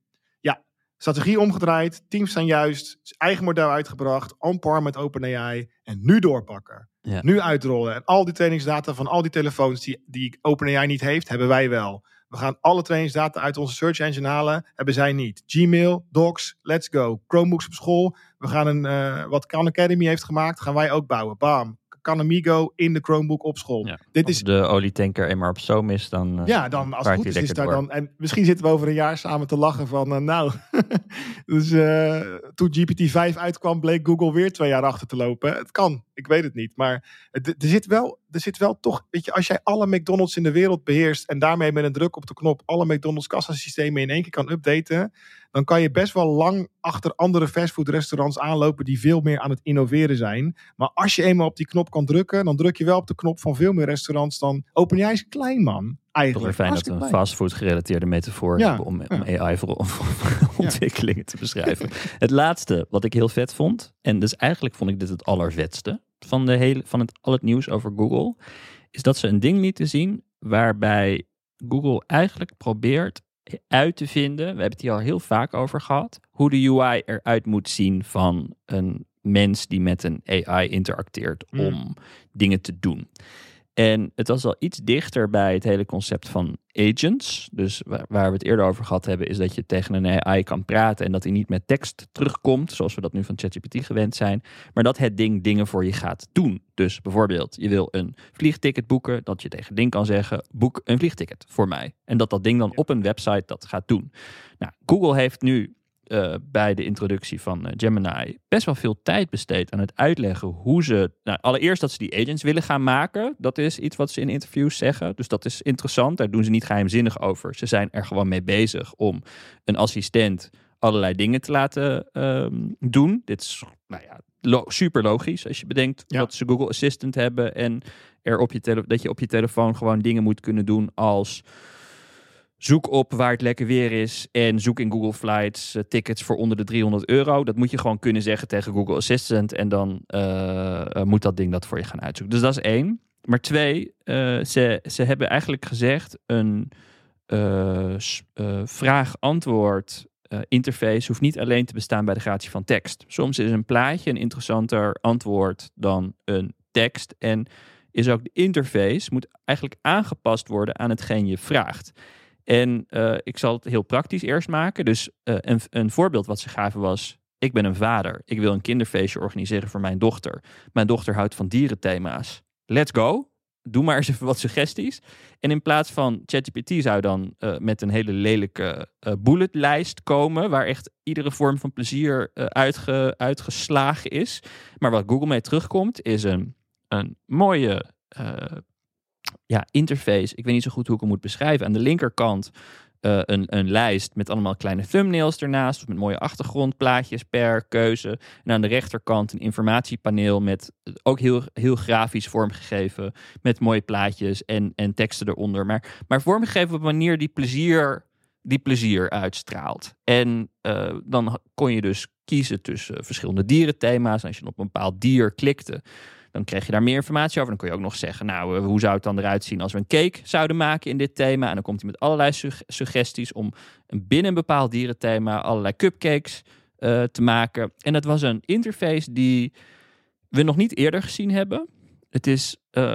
strategie omgedraaid, teams zijn juist, eigen model uitgebracht, on par met OpenAI en nu doorpakken. Ja. Nu uitrollen. En al die trainingsdata van al die telefoons die OpenAI niet heeft, hebben wij wel. We gaan alle trainingsdata uit onze search engine halen, hebben zij niet. Gmail, Docs, let's go. Chromebooks op school. We gaan wat Khan Academy heeft gemaakt, gaan wij ook bouwen. Bam. Khan Amigo in de Chromebook op school. Ja, dit is de olietanker eenmaar op zoom is, dan dan als het goed is daar dan. En misschien zitten we over een jaar samen te lachen van dus toen GPT-5 uitkwam, bleek Google weer 2 jaar achter te lopen. Het kan, ik weet het niet. Maar er zit wel toch, weet je, als jij alle McDonald's in de wereld beheerst en daarmee met een druk op de knop alle McDonald's kassasystemen in één keer kan updaten, dan kan je best wel lang achter andere fastfoodrestaurants aanlopen die veel meer aan het innoveren zijn. Maar als je eenmaal op die knop kan drukken, dan druk je wel op de knop van veel meer restaurants dan OpenAI is klein, man. Eigenlijk. Toch fijn dat we een fastfood gerelateerde metafoor hebben om AI voor ontwikkelingen te beschrijven. Het laatste wat ik heel vet vond, en dus eigenlijk vond ik dit het allervetste van al het nieuws over Google, is dat ze een ding lieten zien waarbij Google eigenlijk probeert uit te vinden, we hebben het hier al heel vaak over gehad, hoe de UI eruit moet zien van een mens die met een AI interacteert om dingen te doen. En het was al iets dichter bij het hele concept van agents. Dus waar we het eerder over gehad hebben, is dat je tegen een AI kan praten en dat hij niet met tekst terugkomt, zoals we dat nu van ChatGPT gewend zijn, maar dat het ding dingen voor je gaat doen. Dus bijvoorbeeld, je wil een vliegticket boeken, dat je tegen het ding kan zeggen, boek een vliegticket voor mij. En dat ding dan op een website dat gaat doen. Nou, Google heeft nu bij de introductie van Gemini best wel veel tijd besteed aan het uitleggen hoe ze, allereerst dat ze die agents willen gaan maken. Dat is iets wat ze in interviews zeggen. Dus dat is interessant. Daar doen ze niet geheimzinnig over. Ze zijn er gewoon mee bezig om een assistent allerlei dingen te laten doen. Dit is super logisch als je bedenkt dat ze Google Assistant hebben en dat je op je telefoon gewoon dingen moet kunnen doen als zoek op waar het lekker weer is en zoek in Google Flights tickets voor onder de €300. Dat moet je gewoon kunnen zeggen tegen Google Assistant en dan moet dat ding dat voor je gaan uitzoeken. Dus dat is 1. Maar 2, ze hebben eigenlijk gezegd een vraag-antwoord interface hoeft niet alleen te bestaan bij de gratie van tekst. Soms is een plaatje een interessanter antwoord dan een tekst en is ook de interface moet eigenlijk aangepast worden aan hetgeen je vraagt. En ik zal het heel praktisch eerst maken. Dus een voorbeeld wat ze gaven was, ik ben een vader. Ik wil een kinderfeestje organiseren voor mijn dochter. Mijn dochter houdt van dierenthema's. Let's go. Doe maar eens even wat suggesties. En in plaats van ChatGPT zou dan met een hele lelijke bulletlijst komen, waar echt iedere vorm van plezier uitgeslagen is. Maar wat Google mee terugkomt, is een mooie interface. Ik weet niet zo goed hoe ik hem moet beschrijven. Aan de linkerkant een lijst met allemaal kleine thumbnails ernaast, of met mooie achtergrondplaatjes per keuze. En aan de rechterkant een informatiepaneel met ook heel grafisch vormgegeven, met mooie plaatjes en teksten eronder. Maar vormgegeven op een manier die plezier uitstraalt. En dan kon je dus kiezen tussen verschillende dierenthema's. En als je op een bepaald dier klikte, dan kreeg je daar meer informatie over. Dan kon je ook nog zeggen, nou, hoe zou het dan eruit zien als we een cake zouden maken in dit thema? En dan komt hij met allerlei suggesties om binnen een bepaald dierenthema allerlei cupcakes te maken. En dat was een interface die we nog niet eerder gezien hebben. Het is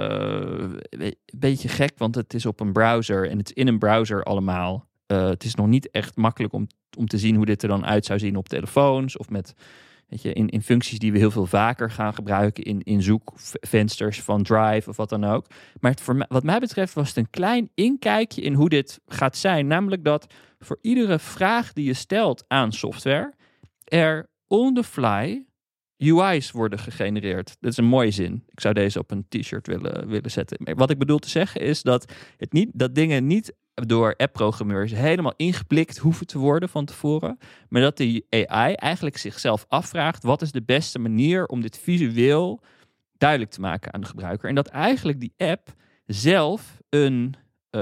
een beetje gek, want het is op een browser en het is in een browser allemaal. Het is nog niet echt makkelijk om te zien hoe dit er dan uit zou zien op telefoons of met... Weet je, in functies die we heel veel vaker gaan gebruiken in zoekvensters van Drive of wat dan ook. Maar wat mij betreft was het een klein inkijkje in hoe dit gaat zijn. Namelijk dat voor iedere vraag die je stelt aan software, er on the fly UI's worden gegenereerd. Dat is een mooie zin. Ik zou deze op een t-shirt willen zetten. Maar wat ik bedoel te zeggen is dat dingen niet door app-programmeurs helemaal ingeblikt hoeven te worden van tevoren. Maar dat de AI eigenlijk zichzelf afvraagt, wat is de beste manier om dit visueel duidelijk te maken aan de gebruiker. En dat eigenlijk die app zelf een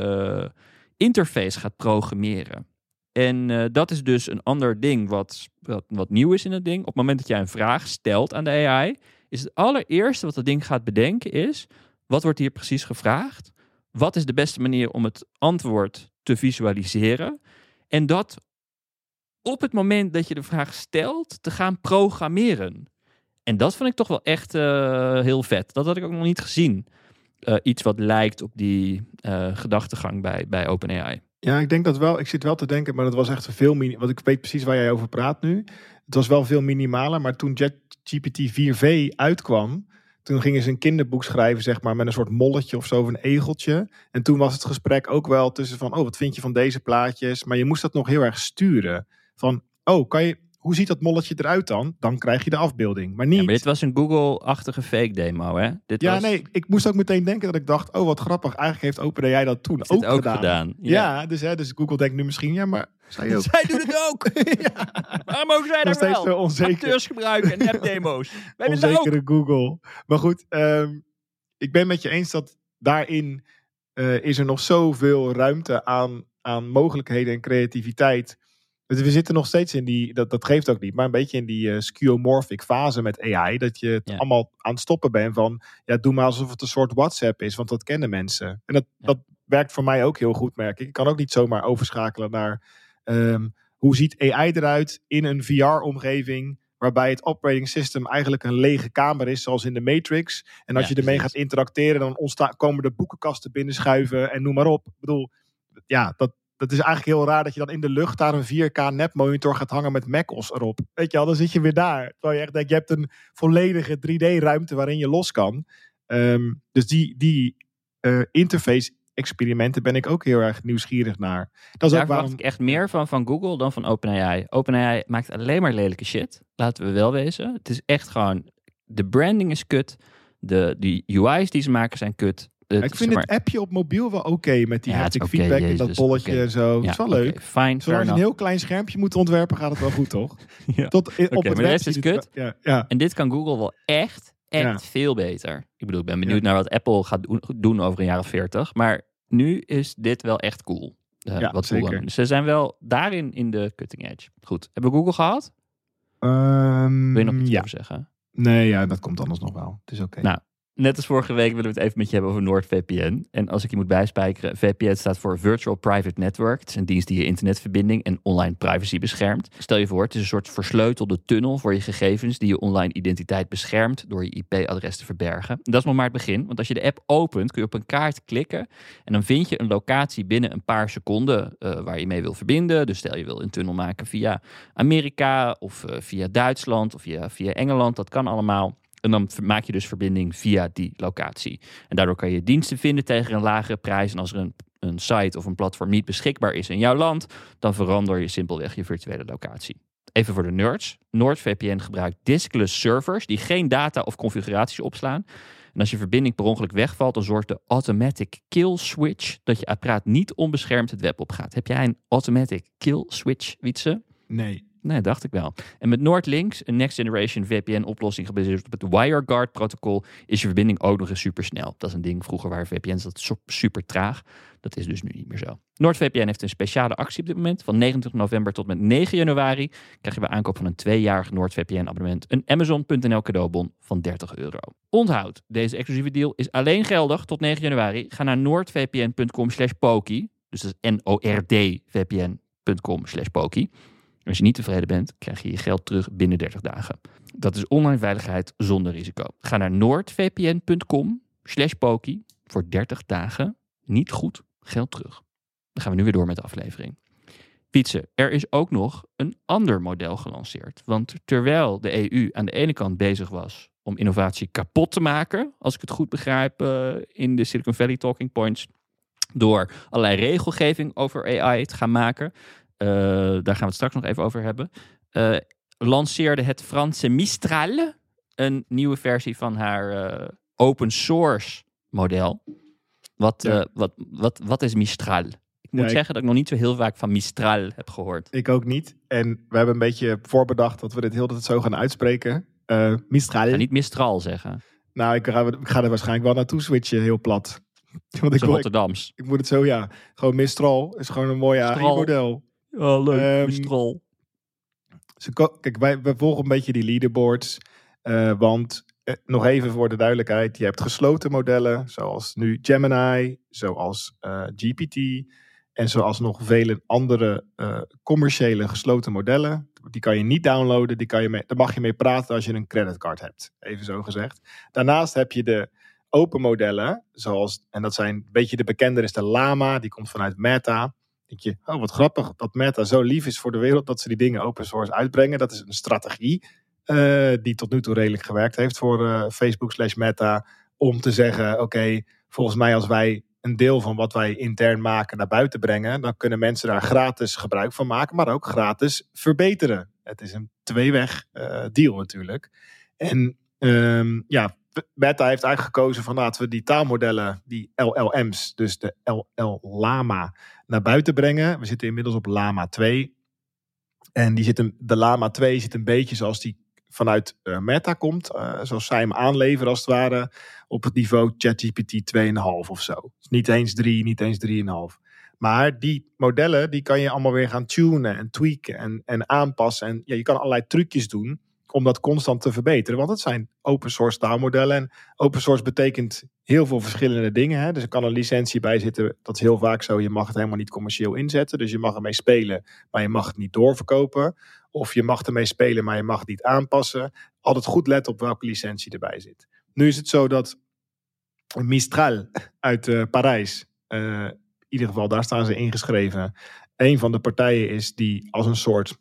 interface gaat programmeren. En dat is dus een ander ding wat nieuw is in het ding. Op het moment dat jij een vraag stelt aan de AI, is het allereerste wat dat ding gaat bedenken is, wat wordt hier precies gevraagd? Wat is de beste manier om het antwoord te visualiseren? En dat op het moment dat je de vraag stelt, te gaan programmeren. En dat vond ik toch wel echt heel vet. Dat had ik ook nog niet gezien. Iets wat lijkt op die gedachtegang bij OpenAI. Ja, ik denk dat wel. Ik zit wel te denken, maar dat was echt veel want ik weet precies waar jij over praat nu. Het was wel veel minimaler, maar toen ChatGPT 4v uitkwam, toen gingen ze een kinderboek schrijven, zeg maar, met een soort molletje of zo, of een egeltje. En toen was het gesprek ook wel tussen van, wat vind je van deze plaatjes? Maar je moest dat nog heel erg sturen. Van, hoe ziet dat molletje eruit dan? Dan krijg je de afbeelding. Maar niet. Ja, maar dit was een Google-achtige fake demo, hè? Ik moest ook meteen denken dat ik dacht, wat grappig. Eigenlijk heeft OpenAI dat toen ook gedaan. Ja, dus Google denkt nu misschien, ja, maar zij doen het ook. Ja. Waarom mogen zij daar wel? Zo onzeker. Acteurs gebruiken en app-demo's. Onzekere Google. Maar goed, ik ben met je eens dat daarin is er nog zoveel ruimte aan mogelijkheden en creativiteit. We zitten nog steeds in die, dat geeft ook niet, maar een beetje in die skeuomorphic fase met AI. Dat je het allemaal aan het stoppen bent van, doe maar alsof het een soort WhatsApp is, want dat kennen mensen. En dat werkt voor mij ook heel goed, merk ik. Ik kan ook niet zomaar overschakelen naar, hoe ziet AI eruit in een VR-omgeving, waarbij het operating system eigenlijk een lege kamer is, zoals in de Matrix. En als je ermee gaat interacteren, dan komen de boekenkasten binnenschuiven en noem maar op. Ik bedoel, dat is eigenlijk heel raar dat je dan in de lucht daar een 4K netmonitor gaat hangen met macOS erop. Weet je wel, dan zit je weer daar. Terwijl je echt denkt, je hebt een volledige 3D-ruimte waarin je los kan. Dus die interface-experimenten ben ik ook heel erg nieuwsgierig naar. Dat is daar ook waarom verwacht ik echt meer van Google dan van OpenAI. OpenAI maakt alleen maar lelijke shit. Laten we wel wezen. Het is echt gewoon, de branding is kut. De UI's die ze maken zijn kut. Ik vind het appje op mobiel wel oké met die haptic feedback en dat bolletje en zo. Het is wel leuk. Fijn. Zolang je een heel klein schermpje moet ontwerpen, gaat het wel goed, toch? Ja. Op het maar de rest is kut. Ja. En dit kan Google wel echt veel beter. Ik bedoel, ik ben benieuwd naar wat Apple gaat doen over een jaar of 40. Maar nu is dit wel echt cool. Wat zeker. Google. Dus ze zijn wel daarin in de cutting edge. Goed, hebben we Google gehad? Wil je nog iets over zeggen? Nee, dat komt anders nog wel. Het is oké. Nou, net als vorige week willen we het even met je hebben over NordVPN. En als ik je moet bijspijkeren, VPN staat voor Virtual Private Network. Het is een dienst die je internetverbinding en online privacy beschermt. Stel je voor, het is een soort versleutelde tunnel voor je gegevens die je online identiteit beschermt door je IP-adres te verbergen. Dat is nog maar het begin, want als je de app opent kun je op een kaart klikken en dan vind je een locatie binnen een paar seconden waar je mee wil verbinden. Dus stel je wil een tunnel maken via Amerika of via Duitsland of via Engeland, dat kan allemaal. En dan maak je dus verbinding via die locatie. En daardoor kan je diensten vinden tegen een lagere prijs. En als er een site of een platform niet beschikbaar is in jouw land, dan verander je simpelweg je virtuele locatie. Even voor de nerds. NordVPN gebruikt diskless servers die geen data of configuraties opslaan. En als je verbinding per ongeluk wegvalt, dan zorgt de automatic kill switch dat je apparaat niet onbeschermd het web opgaat. Heb jij een automatic kill switch, Wietse? Nee, dacht ik wel. En met NordLynx, een next generation VPN-oplossing gebaseerd op het WireGuard-protocol, is je verbinding ook nog eens supersnel. Dat is een ding vroeger waar VPN's dat super traag. Dat is dus nu niet meer zo. NordVPN heeft een speciale actie op dit moment. Van 29 november tot met 9 januari krijg je bij aankoop van een 2-jarig NordVPN-abonnement een Amazon.nl cadeaubon van €30. Onthoud, deze exclusieve deal is alleen geldig tot 9 januari. Ga naar noordvpn.com/poki. Dus dat is nordvpn.com/poki. Als je niet tevreden bent, krijg je je geld terug binnen 30 dagen. Dat is online veiligheid zonder risico. Ga naar noordvpn.com/poki voor 30 dagen. Niet goed, geld terug. Dan gaan we nu weer door met de aflevering. Wietse, er is ook nog een ander model gelanceerd. Want terwijl de EU aan de ene kant bezig was om innovatie kapot te maken, als ik het goed begrijp in de Silicon Valley Talking Points, door allerlei regelgeving over AI te gaan maken, daar gaan we het straks nog even over hebben, lanceerde het Franse Mistral een nieuwe versie van haar open source model. Wat is Mistral? Ik moet zeggen dat ik nog niet zo heel vaak van Mistral heb gehoord. Ik ook niet. En we hebben een beetje voorbedacht dat we dit heel de tijd zo gaan uitspreken. Mistral. Ik ga niet Mistral zeggen. Nou, ik ga er waarschijnlijk wel naartoe switchen, heel plat. Want Rotterdams. Ik moet het zo, gewoon Mistral is gewoon een mooie AI-model. Ja, leuk. Mistral. Kijk, we volgen een beetje die leaderboards. Want nog even voor de duidelijkheid. Je hebt gesloten modellen. Zoals nu Gemini. Zoals GPT. En zoals nog vele andere commerciële gesloten modellen. Die kan je niet downloaden. Daar mag je mee praten als je een creditcard hebt. Even zo gezegd. Daarnaast heb je de open modellen. En dat zijn een beetje de bekender is de Llama. Die komt vanuit Meta. Denk je, wat grappig dat Meta zo lief is voor de wereld dat ze die dingen open source uitbrengen. Dat is een strategie die tot nu toe redelijk gewerkt heeft voor Facebook/Meta. Om te zeggen, oké, volgens mij als wij een deel van wat wij intern maken naar buiten brengen, dan kunnen mensen daar gratis gebruik van maken, maar ook gratis verbeteren. Het is een tweeweg deal natuurlijk. En Meta heeft eigenlijk gekozen van laten we die taalmodellen, die LLM's, dus de LL-Llama, naar buiten brengen. We zitten inmiddels op Llama 2. En de Llama 2 zit een beetje zoals die vanuit Meta komt. Zoals zij hem aanleveren als het ware op het niveau ChatGPT 2,5 of zo. Dus niet eens 3, niet eens 3,5. Maar die modellen die kan je allemaal weer gaan tunen en tweaken en aanpassen. En je kan allerlei trucjes doen om dat constant te verbeteren. Want het zijn open source taalmodellen. En open source betekent heel veel verschillende dingen. Hè? Dus er kan een licentie bij zitten. Dat is heel vaak zo. Je mag het helemaal niet commercieel inzetten. Dus je mag ermee spelen, maar je mag het niet doorverkopen. Of je mag ermee spelen, maar je mag het niet aanpassen. Altijd goed letten op welke licentie erbij zit. Nu is het zo dat Mistral uit Parijs, in ieder geval daar staan ze ingeschreven, een van de partijen is die als een soort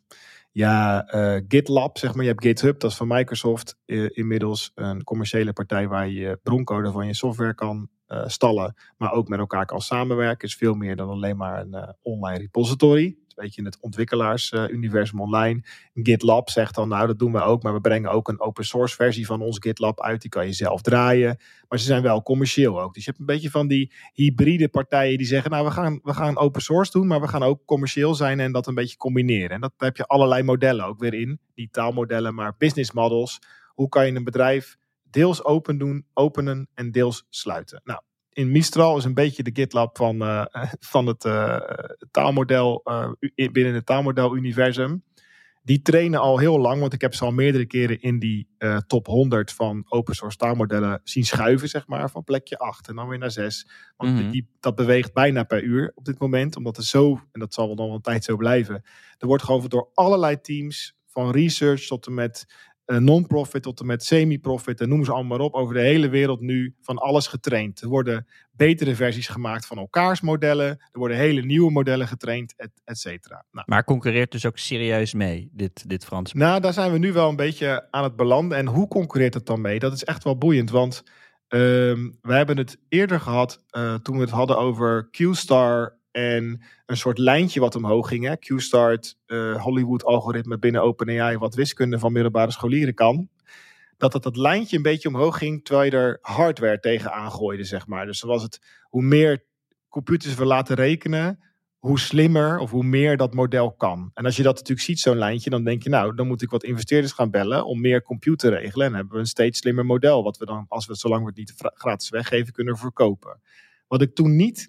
GitLab, zeg maar. Je hebt GitHub, dat is van Microsoft. Inmiddels een commerciële partij waar je broncode van je software kan stallen, maar ook met elkaar kan samenwerken. Is veel meer dan alleen maar een online repository. Een beetje in het ontwikkelaarsuniversum online. GitLab zegt dan, nou dat doen we ook, maar we brengen ook een open source versie van ons GitLab uit. Die kan je zelf draaien. Maar ze zijn wel commercieel ook. Dus je hebt een beetje van die hybride partijen die zeggen, nou we gaan open source doen, maar we gaan ook commercieel zijn en dat een beetje combineren. En daar heb je allerlei modellen ook weer in. Niet taalmodellen, maar business models. Hoe kan je een bedrijf deels openen en deels sluiten? Nou, in Mistral is een beetje de GitLab van het taalmodel binnen het taalmodel-universum. Die trainen al heel lang, want ik heb ze al meerdere keren in die top 100 van open source taalmodellen zien schuiven, zeg maar, van plekje 8 en dan weer naar 6. Want dat beweegt bijna per uur op dit moment, omdat er zo, en dat zal wel nog een tijd zo blijven, er wordt gewoon door allerlei teams, van research tot en met non-profit tot en met semi-profit, en noem ze allemaal maar op, over de hele wereld nu van alles getraind. Er worden betere versies gemaakt van elkaars modellen, er worden hele nieuwe modellen getraind, et cetera. Nou, maar concurreert dus ook serieus mee, dit Frans? Nou, daar zijn we nu wel een beetje aan het belanden. En hoe concurreert het dan mee? Dat is echt wel boeiend, want we hebben het eerder gehad toen we het hadden over Q-Star en een soort lijntje wat omhoog ging. Hè? Q-Star, het Hollywood-algoritme binnen OpenAI, wat wiskunde van middelbare scholieren kan. Dat lijntje een beetje omhoog ging, terwijl je er hardware tegen aangooide, zeg maar. Dus dan was het, hoe meer computers we laten rekenen, hoe slimmer of hoe meer dat model kan. En als je dat natuurlijk ziet, zo'n lijntje, dan denk je, nou, dan moet ik wat investeerders gaan bellen om meer compute te regelen. En dan hebben we een steeds slimmer model, wat we dan, als we het zolang we het niet gratis weggeven, kunnen verkopen. Wat ik toen niet,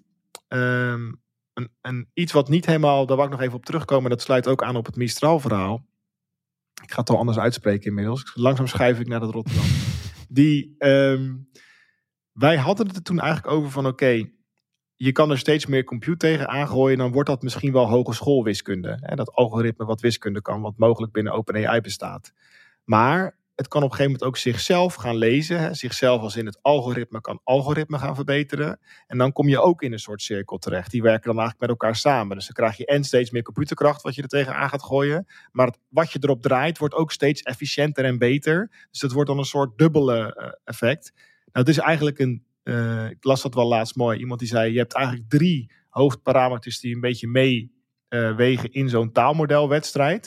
iets wat niet helemaal, daar wou ik nog even op terugkomen, dat sluit ook aan op het Mistral-verhaal. Ik ga het al anders uitspreken inmiddels. Langzaam schuif ik naar dat Rotterdam. Wij hadden het er toen eigenlijk over van oké, je kan er steeds meer compute tegen aangooien, dan wordt dat misschien wel hogeschoolwiskunde. Hè? Dat algoritme wat wiskunde kan, wat mogelijk binnen OpenAI bestaat. Maar het kan op een gegeven moment ook zichzelf gaan lezen. Hè? Zichzelf als in het algoritme kan algoritme gaan verbeteren. En dan kom je ook in een soort cirkel terecht. Die werken dan eigenlijk met elkaar samen. Dus dan krijg je en steeds meer computerkracht wat je er tegenaan gaat gooien. Maar wat je erop draait wordt ook steeds efficiënter en beter. Dus dat wordt dan een soort dubbele effect. Nou, het is eigenlijk ik las dat wel laatst mooi. Iemand die zei, je hebt eigenlijk 3 hoofdparameters die een beetje meewegen in zo'n taalmodelwedstrijd.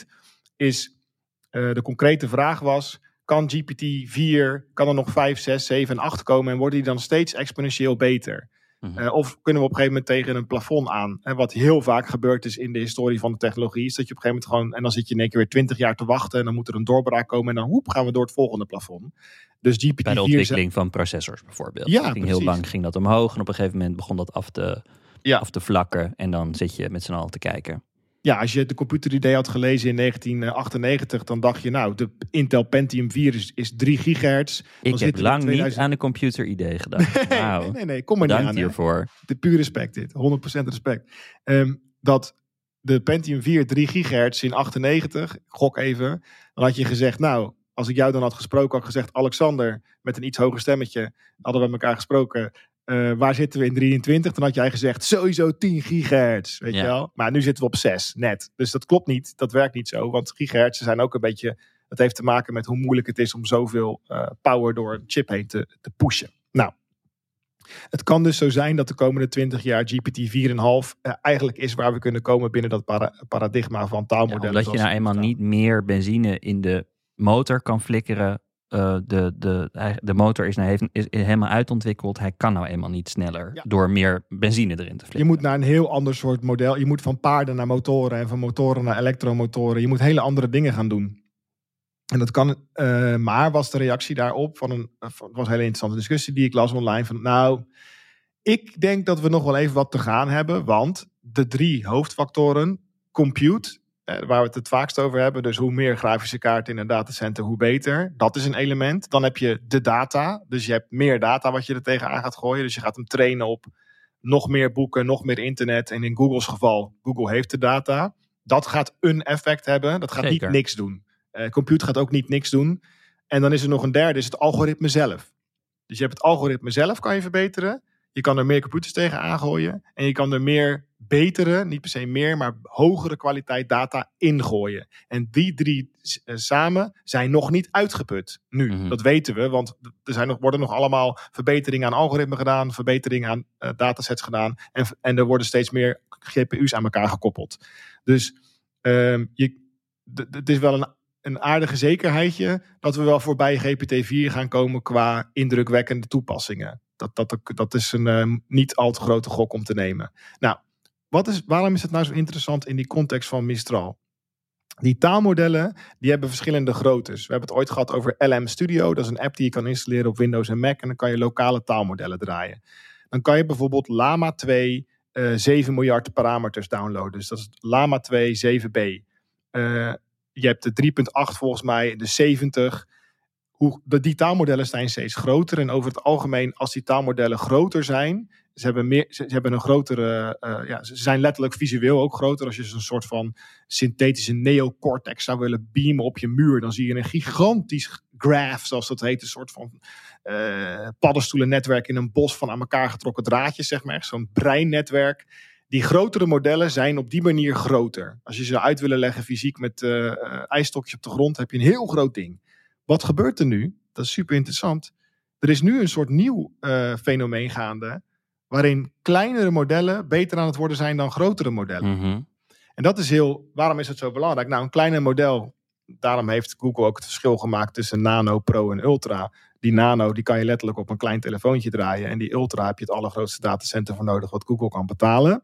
De concrete vraag was, kan GPT-4, kan er nog 5, 6, 7 en 8 komen en worden die dan steeds exponentieel beter? Of kunnen we op een gegeven moment tegen een plafond aan? En wat heel vaak gebeurd is in de historie van de technologie, is dat je op een gegeven moment gewoon, en dan zit je in één keer weer 20 jaar te wachten en dan moet er een doorbraak komen en dan gaan we door het volgende plafond. Dus GPT-4 bij de ontwikkeling van processors bijvoorbeeld. Ja, heel lang ging dat omhoog en op een gegeven moment begon dat af te vlakken en dan zit je met z'n allen te kijken. Ja, als je de computeridee had gelezen in 1998, dan dacht je, nou, de Intel Pentium 4 is 3 gigahertz. Ik heb lang niet aan de computeridee gedacht. Wow. nee, kom maar niet aan. Hiervoor. De puur respect dit, 100% respect. Dat de Pentium 4 3 gigahertz in 98, gok even, dan had je gezegd, nou, als ik jou dan had gesproken, had gezegd, Alexander, met een iets hoger stemmetje, hadden we elkaar gesproken, waar zitten we in 23? Dan had jij gezegd, sowieso 10 gigahertz, weet je wel. Maar nu zitten we op 6, net. Dus dat klopt niet, dat werkt niet zo, want gigahertz zijn ook een beetje, dat heeft te maken met hoe moeilijk het is om zoveel power door een chip heen te pushen. Nou, het kan dus zo zijn dat de komende 20 jaar GPT 4,5 eigenlijk is waar we kunnen komen binnen dat paradigma van taalmodellen. Ja, omdat je nou eenmaal niet meer benzine in de motor kan flikkeren. De motor is helemaal uitontwikkeld. Hij kan nou eenmaal niet sneller door meer benzine erin te flikkeren. Je moet naar een heel ander soort model. Je moet van paarden naar motoren en van motoren naar elektromotoren. Je moet hele andere dingen gaan doen. En dat kan, maar was de reactie daarop was een hele interessante discussie die ik las online. Van, nou, ik denk dat we nog wel even wat te gaan hebben. Want de 3 hoofdfactoren, compute, waar we het vaakst over hebben. Dus hoe meer grafische kaarten in een datacenter, hoe beter. Dat is een element. Dan heb je de data. Dus je hebt meer data wat je er tegenaan gaat gooien. Dus je gaat hem trainen op nog meer boeken, nog meer internet. En in Google's geval, Google heeft de data. Dat gaat een effect hebben. Dat gaat niet niks doen. Compute gaat ook niet niks doen. En dan is er nog een derde, is het algoritme zelf. Dus je hebt het algoritme zelf, kan je verbeteren. Je kan er meer computers tegen aangooien. En je kan er meer betere, niet per se meer, maar hogere kwaliteit data ingooien. En die 3 samen zijn nog niet uitgeput. Nu, dat weten we, want worden nog allemaal verbeteringen aan algoritme gedaan, verbeteringen aan datasets gedaan. En er worden steeds meer GPU's aan elkaar gekoppeld. Dus het is wel een aardige zekerheidje dat we wel voorbij GPT-4 gaan komen qua indrukwekkende toepassingen. Dat is een niet al te grote gok om te nemen. Nou, waarom is het nou zo interessant in die context van Mistral? Die taalmodellen, die hebben verschillende groottes. We hebben het ooit gehad over LM Studio. Dat is een app die je kan installeren op Windows en Mac. En dan kan je lokale taalmodellen draaien. dan kan je bijvoorbeeld Llama 2 7 miljard parameters downloaden. Dus dat is Llama 2 7B. Je hebt de 3.8 volgens mij, de 70. Die taalmodellen zijn steeds groter. En over het algemeen, als die taalmodellen groter zijn, ze hebben een grotere, ze zijn letterlijk visueel ook groter. Als je een soort van synthetische neocortex zou willen beamen op je muur, dan zie je een gigantisch graph, zoals dat heet, een soort van paddenstoelennetwerk in een bos van aan elkaar getrokken draadjes, zeg maar. Zo'n breinnetwerk. Die grotere modellen zijn op die manier groter. Als je ze uit willen leggen fysiek met ijsstokjes op de grond, heb je een heel groot ding. Wat gebeurt er nu? Dat is super interessant. Er is nu een soort nieuw fenomeen gaande, waarin kleinere modellen beter aan het worden zijn dan grotere modellen. Mm-hmm. En dat is waarom is het zo belangrijk? Nou, een kleiner model, daarom heeft Google ook het verschil gemaakt tussen Nano, Pro en Ultra. Die Nano, die kan je letterlijk op een klein telefoontje draaien. En die Ultra heb je het allergrootste datacenter voor nodig wat Google kan betalen.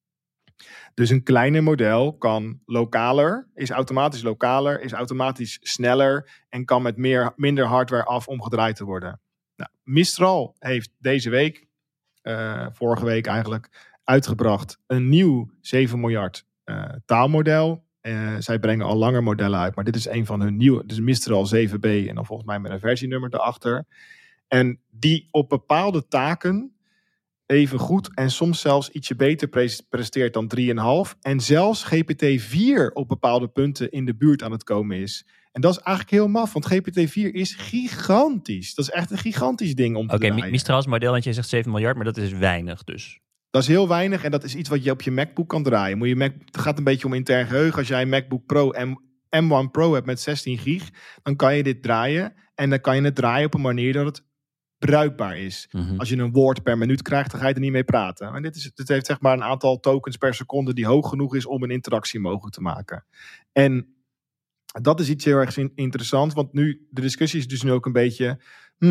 Dus een kleiner model kan is automatisch lokaler, is automatisch sneller en kan met minder hardware af omgedraaid te worden. Nou, Mistral heeft deze week, vorige week eigenlijk, uitgebracht een nieuw 7 miljard taalmodel. Zij brengen al langer modellen uit, maar dit is een van hun nieuwe, dus Mistral 7B en dan volgens mij met een versienummer erachter. En die op bepaalde taken even goed en soms zelfs ietsje beter presteert dan 3,5. En zelfs GPT-4 op bepaalde punten in de buurt aan het komen is. En dat is eigenlijk heel maf, want GPT-4 is gigantisch. Dat is echt een gigantisch ding om te draaien. Oké, Mistral's model, want je zegt 7 miljard, maar dat is weinig dus. Dat is heel weinig en dat is iets wat je op je MacBook kan draaien. Het gaat een beetje om intern geheugen. Als jij een MacBook Pro M1 Pro hebt met 16 gig, dan kan je dit draaien. En dan kan je het draaien op een manier dat het bruikbaar is. Mm-hmm. Als je een woord per minuut krijgt, dan ga je er niet mee praten. En dit heeft zeg maar een aantal tokens per seconde die hoog genoeg is om een interactie mogelijk te maken. En dat is iets heel erg interessant, want nu, de discussie is dus nu ook een beetje,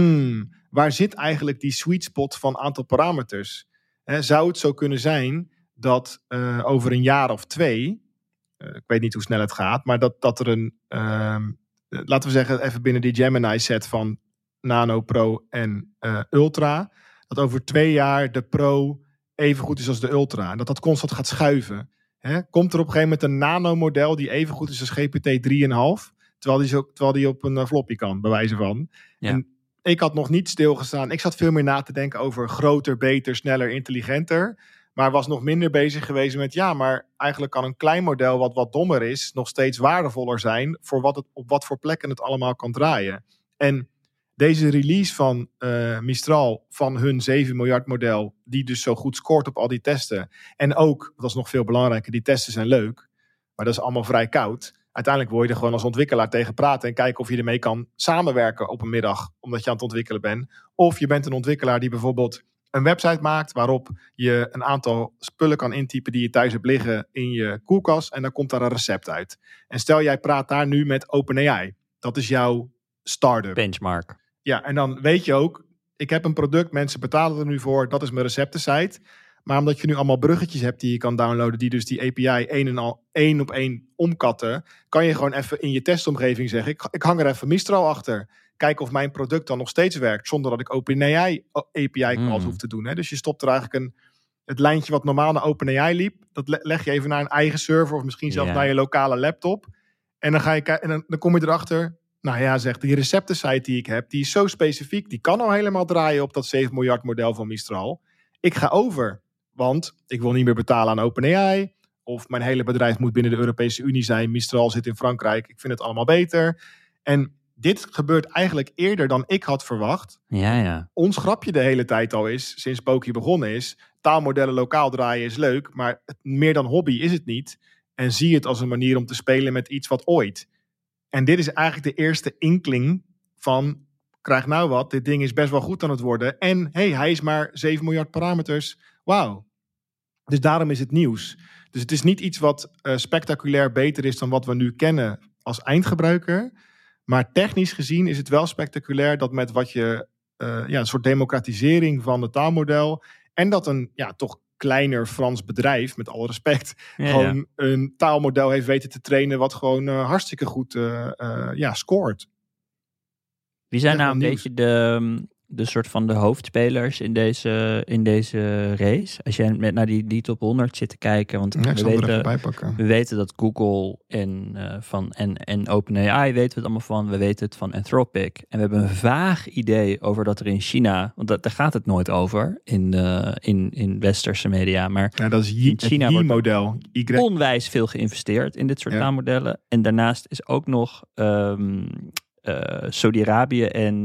waar zit eigenlijk die sweet spot van aantal parameters? Zou het zo kunnen zijn dat over een jaar of 2, ik weet niet hoe snel het gaat, maar dat er een, laten we zeggen even binnen die Gemini set van Nano, Pro en Ultra, dat over 2 jaar de Pro even goed is als de Ultra. En dat constant gaat schuiven. Komt er op een gegeven moment een nano-model die even goed is als GPT 3,5, terwijl die op een floppy kan, bij wijze van. Ja. En ik had nog niet stilgestaan. Ik zat veel meer na te denken over groter, beter, sneller, intelligenter. Maar was nog minder bezig geweest met, maar eigenlijk kan een klein model wat dommer is, nog steeds waardevoller zijn voor op wat voor plekken het allemaal kan draaien. En deze release van Mistral van hun 7 miljard model, die dus zo goed scoort op al die testen. En ook, dat is nog veel belangrijker, die testen zijn leuk, maar dat is allemaal vrij koud. Uiteindelijk wil je er gewoon als ontwikkelaar tegen praten en kijken of je ermee kan samenwerken op een middag, omdat je aan het ontwikkelen bent. Of je bent een ontwikkelaar die bijvoorbeeld een website maakt waarop je een aantal spullen kan intypen die je thuis hebt liggen in je koelkast en dan komt daar een recept uit. En stel jij praat daar nu met OpenAI. Dat is jouw start-up. Benchmark. Ja, en dan weet je ook, ik heb een product, mensen betalen er nu voor, dat is mijn receptensite. Maar omdat je nu allemaal bruggetjes hebt die je kan downloaden, die dus die API één op één omkatten, kan je gewoon even in je testomgeving zeggen, ik hang er even Mistral achter. Kijken of mijn product dan nog steeds werkt, zonder dat ik OpenAI API calls hoef te doen. Hè. Dus je stopt er eigenlijk het lijntje wat normaal naar OpenAI liep, dat leg je even naar een eigen server of misschien zelfs naar je lokale laptop. En dan ga je en dan kom je erachter, nou ja, zegt die receptensite die ik heb, die is zo specifiek, die kan al helemaal draaien op dat 7 miljard model van Mistral. Ik ga over, want ik wil niet meer betalen aan OpenAI, of mijn hele bedrijf moet binnen de Europese Unie zijn, Mistral zit in Frankrijk, ik vind het allemaal beter. En dit gebeurt eigenlijk eerder dan ik had verwacht. Ja. Ons grapje de hele tijd al is, sinds Poki begonnen is, taalmodellen lokaal draaien is leuk, maar meer dan hobby is het niet. En zie het als een manier om te spelen met iets wat ooit. En dit is eigenlijk de eerste inkling van, krijg nou wat, dit ding is best wel goed aan het worden. En hij is maar 7 miljard parameters. Wauw. Dus daarom is het nieuws. Dus het is niet iets wat spectaculair beter is dan wat we nu kennen als eindgebruiker. Maar technisch gezien is het wel spectaculair dat met wat je, een soort democratisering van het taalmodel, en dat een toch kleiner Frans bedrijf, met alle respect, gewoon een taalmodel heeft weten te trainen wat gewoon hartstikke goed scoort. Wie zijn nou een beetje de soort van de hoofdspelers in deze race? Als jij naar die top 100 zit te kijken, want Ja, ik zal er even bij pakken. we weten dat Google en OpenAI weten we het allemaal van. We weten het van Anthropic. En we hebben een vaag idee over dat er in China, want daar gaat het nooit over in westerse media, maar Ja, dat is in China het wordt Y-model. onwijs veel geïnvesteerd in dit soort taalmodellen. En daarnaast is ook nog Saudi-Arabië en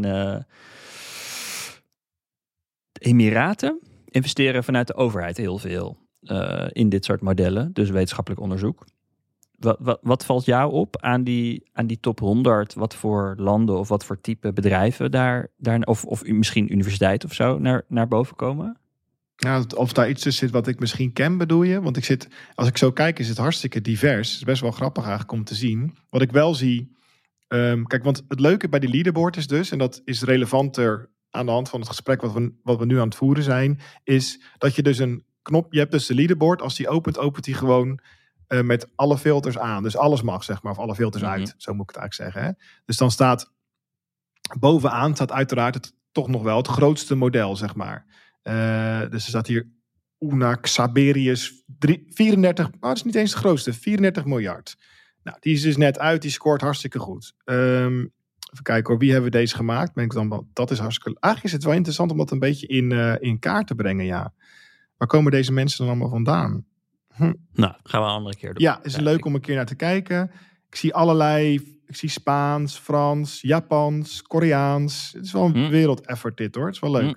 de Emiraten investeren vanuit de overheid heel veel in dit soort modellen. Dus wetenschappelijk onderzoek. Wat valt jou op aan die top 100? Wat voor landen of wat voor type bedrijven daar of misschien universiteit of zo naar boven komen? Ja, of daar iets tussen zit wat ik misschien ken, bedoel je? Want als ik zo kijk, is het hartstikke divers. Het is best wel grappig eigenlijk om te zien. Wat ik wel zie, kijk, want het leuke bij die leaderboard is dus, en dat is relevanter aan de hand van het gesprek wat we nu aan het voeren zijn, is dat je dus een knop, je hebt dus de leaderboard, als die opent die gewoon met alle filters aan. Dus alles mag, zeg maar, of alle filters uit. Zo moet ik het eigenlijk zeggen. Hè? Dus dan bovenaan uiteraard toch nog wel het grootste model, zeg maar. Dus er staat hier Una Xaberius 34, maar dat is niet eens de grootste, 34 miljard. Nou, die is dus net uit, die scoort hartstikke goed. Even kijken hoor, wie hebben we deze gemaakt? Dat is hartstikke. Eigenlijk is het wel interessant om dat een beetje in kaart te brengen, ja. Waar komen deze mensen dan allemaal vandaan? Nou, gaan we een andere keer doen. Ja, is leuk om een keer naar te kijken. Ik zie Spaans, Frans, Japans, Koreaans. Het is wel een wereldeffort dit hoor, het is wel leuk.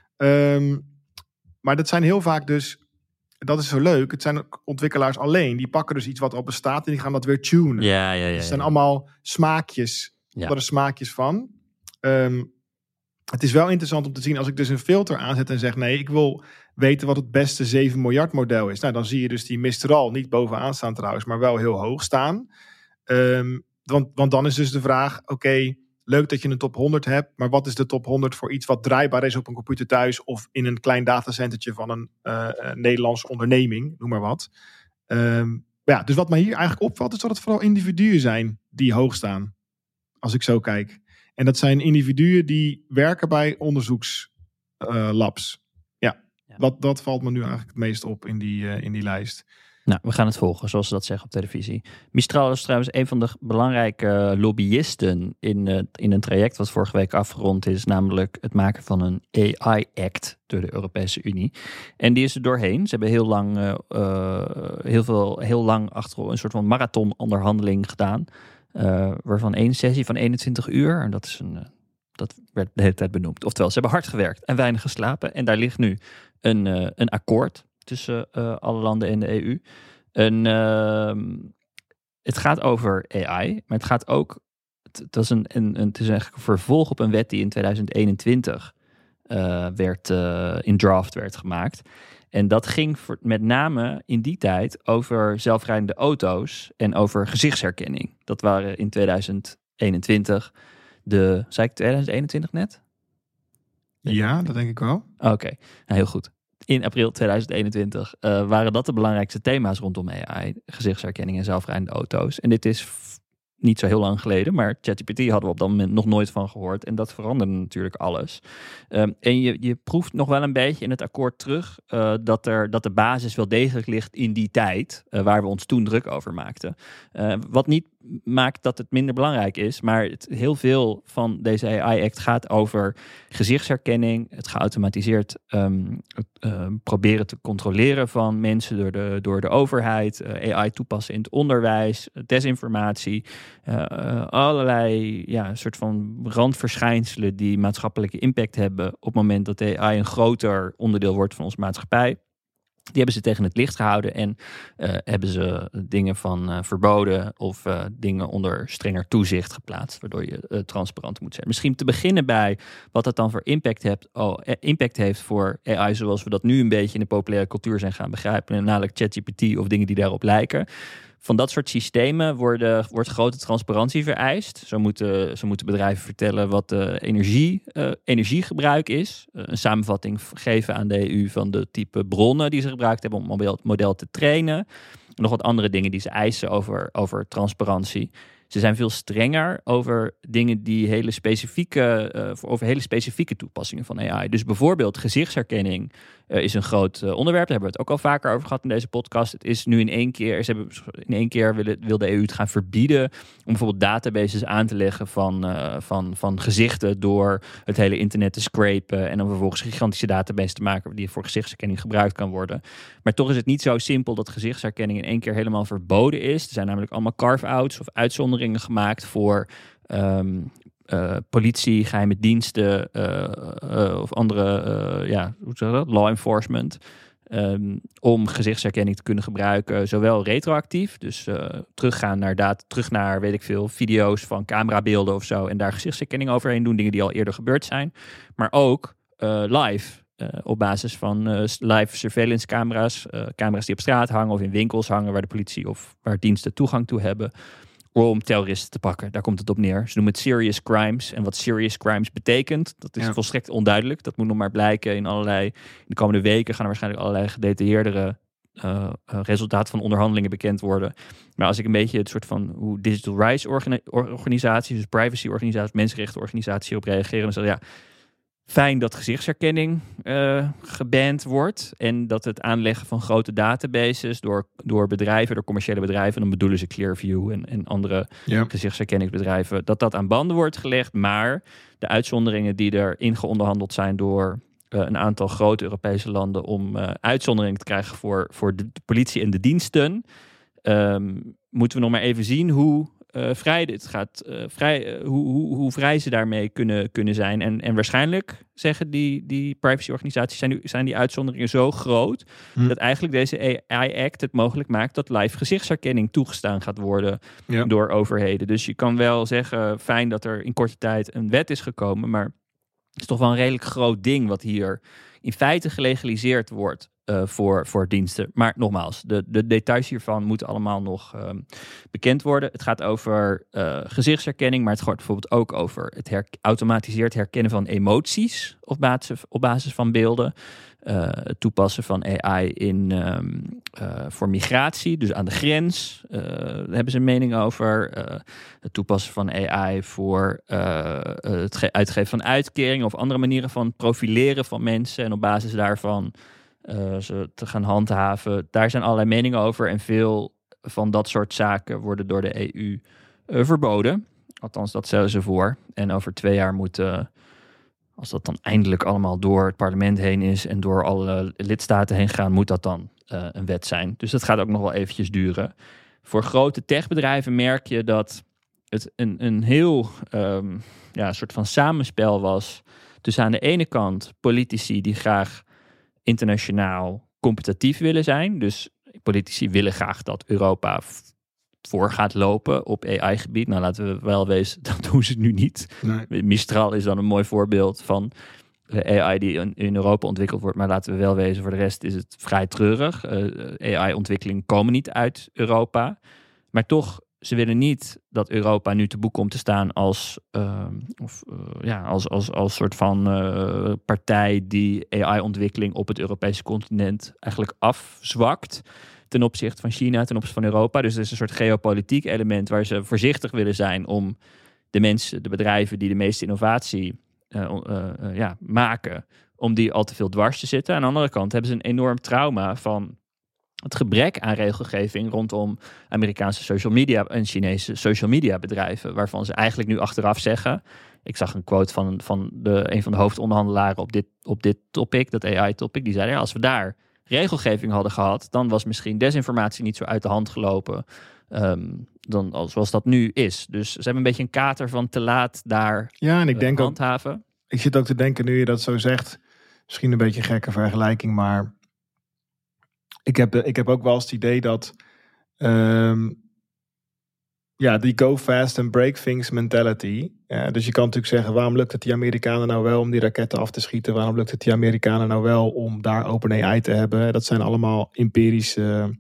Maar dat zijn heel vaak dus, dat is zo leuk, het zijn ontwikkelaars alleen. Die pakken dus iets wat al bestaat en die gaan dat weer tunen. Ja. Dus het zijn allemaal smaakjes. Ja. Er smaakjes van. Het is wel interessant om te zien als ik dus een filter aanzet en zeg nee, ik wil weten wat het beste 7 miljard model is. Nou, dan zie je dus die Mistral niet bovenaan staan trouwens, maar wel heel hoog staan. Want dan is dus de vraag, oké, leuk dat je een top 100 hebt, maar wat is de top 100 voor iets wat draaibaar is op een computer thuis of in een klein datacentertje van een Nederlandse onderneming, noem maar wat. Dus wat mij hier eigenlijk opvalt is dat het vooral individuen zijn die hoog staan. Als ik zo kijk. En dat zijn individuen die werken bij onderzoekslabs. Dat valt me nu eigenlijk het meest op in die lijst. Nou, we gaan het volgen, zoals ze dat zeggen op televisie. Mistral is trouwens een van de belangrijke lobbyisten in een traject wat vorige week afgerond is, namelijk het maken van een AI-act door de Europese Unie. En die is er doorheen. Ze hebben heel lang achter een soort van marathon-onderhandeling gedaan, waarvan één sessie van 21 uur, en dat werd de hele tijd benoemd. Oftewel, ze hebben hard gewerkt en weinig geslapen. En daar ligt nu een akkoord tussen alle landen in de EU. Het gaat over AI, maar het gaat ook. Het is eigenlijk een vervolg op een wet die in 2021 in draft werd gemaakt. En dat ging met name in die tijd over zelfrijdende auto's en over gezichtsherkenning. Dat waren in 2021 zei ik 2021 net? Ja, dat denk ik wel. Oké, nou, heel goed. In april 2021 waren dat de belangrijkste thema's rondom AI. Gezichtsherkenning en zelfrijdende auto's. En dit is niet zo heel lang geleden, maar ChatGPT hadden we op dat moment nog nooit van gehoord. En dat veranderde natuurlijk alles. En je proeft nog wel een beetje in het akkoord terug dat de basis wel degelijk ligt in die tijd waar we ons toen druk over maakten. Wat niet maakt dat het minder belangrijk is, maar heel veel van deze AI-act gaat over gezichtsherkenning, het geautomatiseerd proberen te controleren van mensen door de overheid, AI toepassen in het onderwijs, desinformatie, allerlei soort van randverschijnselen die maatschappelijke impact hebben op het moment dat AI een groter onderdeel wordt van onze maatschappij. Die hebben ze tegen het licht gehouden en hebben ze dingen van verboden of dingen onder strenger toezicht geplaatst, waardoor je transparant moet zijn. Misschien te beginnen bij wat dat dan voor impact heeft voor AI zoals we dat nu een beetje in de populaire cultuur zijn gaan begrijpen, namelijk ChatGPT of dingen die daarop lijken. Van dat soort systemen wordt grote transparantie vereist. Zo moeten bedrijven vertellen wat de energiegebruik is. Een samenvatting geven aan de EU van de type bronnen die ze gebruikt hebben om het model te trainen. Nog wat andere dingen die ze eisen over transparantie. Ze zijn veel strenger over dingen die over hele specifieke toepassingen van AI. Dus bijvoorbeeld gezichtsherkenning is een groot onderwerp. Daar hebben we het ook al vaker over gehad in deze podcast. Het is nu in één keer wil de EU het gaan verbieden om bijvoorbeeld databases aan te leggen van gezichten door het hele internet te scrapen en dan vervolgens een gigantische database te maken die voor gezichtsherkenning gebruikt kan worden. Maar toch is het niet zo simpel dat gezichtsherkenning in één keer helemaal verboden is. Er zijn namelijk allemaal carve-outs of uitzonderingen gemaakt voor politie, geheime diensten of andere hoe zeg je dat? Law enforcement. Om gezichtsherkenning te kunnen gebruiken, zowel retroactief, dus terug naar weet ik veel, video's van camerabeelden of zo en daar gezichtsherkenning overheen doen, dingen die al eerder gebeurd zijn, maar ook live. Op basis van live surveillance camera's. Camera's die op straat hangen of in winkels hangen waar de politie of waar diensten toegang toe hebben. Om terroristen te pakken. Daar komt het op neer. Ze noemen het serious crimes. En wat serious crimes betekent, dat is volstrekt onduidelijk. Dat moet nog maar blijken in de komende weken gaan er waarschijnlijk allerlei gedetailleerdere resultaten van onderhandelingen bekend worden. Maar als ik een beetje het soort van hoe digital rights organisaties, dus privacy organisaties, mensenrechtenorganisaties hierop reageren, dan zeggen fijn dat gezichtsherkenning geband wordt en dat het aanleggen van grote databases door bedrijven, door commerciële bedrijven, dan bedoelen ze Clearview en andere gezichtsherkenningsbedrijven, dat aan banden wordt gelegd. Maar de uitzonderingen die erin geonderhandeld zijn door een aantal grote Europese landen om uitzonderingen te krijgen voor de politie en de diensten, moeten we nog maar even zien hoe vrij dit gaat, hoe vrij ze daarmee kunnen zijn. En waarschijnlijk zeggen die privacy-organisaties zijn die uitzonderingen zo groot dat eigenlijk deze AI-act het mogelijk maakt dat live gezichtsherkenning toegestaan gaat worden door overheden. Dus je kan wel zeggen, fijn dat er in korte tijd een wet is gekomen, maar het is toch wel een redelijk groot ding wat hier in feite gelegaliseerd wordt. Voor diensten. Maar nogmaals, de details hiervan moeten allemaal nog bekend worden. Het gaat over gezichtsherkenning, maar het gaat bijvoorbeeld ook over het automatiseerd herkennen van emoties op basis van beelden. Het toepassen van AI voor migratie, dus aan de grens. Daar hebben ze een mening over. Het toepassen van AI voor het uitgeven van uitkeringen of andere manieren van profileren van mensen en op basis daarvan ze te gaan handhaven. Daar zijn allerlei meningen over en veel van dat soort zaken worden door de EU verboden. Althans, dat stellen ze voor. En over 2 jaar als dat dan eindelijk allemaal door het parlement heen is en door alle lidstaten heen gaan, moet dat dan een wet zijn. Dus dat gaat ook nog wel eventjes duren. Voor grote techbedrijven merk je dat het een heel soort van samenspel was tussen aan de ene kant politici die graag internationaal competitief willen zijn. Dus politici willen graag dat Europa voor gaat lopen op AI-gebied. Nou, laten we wel wezen, dat doen ze nu niet. Nee. Mistral is dan een mooi voorbeeld van AI die in Europa ontwikkeld wordt. Maar laten we wel wezen, voor de rest is het vrij treurig. AI-ontwikkelingen komen niet uit Europa. Maar toch, ze willen niet dat Europa nu te boek komt te staan als soort van partij die AI-ontwikkeling op het Europese continent eigenlijk afzwakt ten opzichte van China, ten opzichte van Europa. Dus er is een soort geopolitiek element waar ze voorzichtig willen zijn om de mensen, de bedrijven die de meeste innovatie maken, om die al te veel dwars te zitten. Aan de andere kant hebben ze een enorm trauma van het gebrek aan regelgeving rondom Amerikaanse social media en Chinese social media bedrijven, waarvan ze eigenlijk nu achteraf zeggen. Ik zag een quote van een van de hoofdonderhandelaren op dit topic, dat AI-topic. Die zei, als we daar regelgeving hadden gehad, dan was misschien desinformatie niet zo uit de hand gelopen dan zoals dat nu is. Dus ze hebben een beetje een kater van te laat daar en ik denk handhaven. Ook, ik zit ook te denken, nu je dat zo zegt, misschien een beetje een gekke vergelijking, maar ik heb ook wel eens het idee dat die go fast and break things mentality. Ja, dus je kan natuurlijk zeggen, waarom lukt het die Amerikanen nou wel om die raketten af te schieten? Waarom lukt het die Amerikanen nou wel om daar OpenAI te hebben? Dat zijn allemaal empirische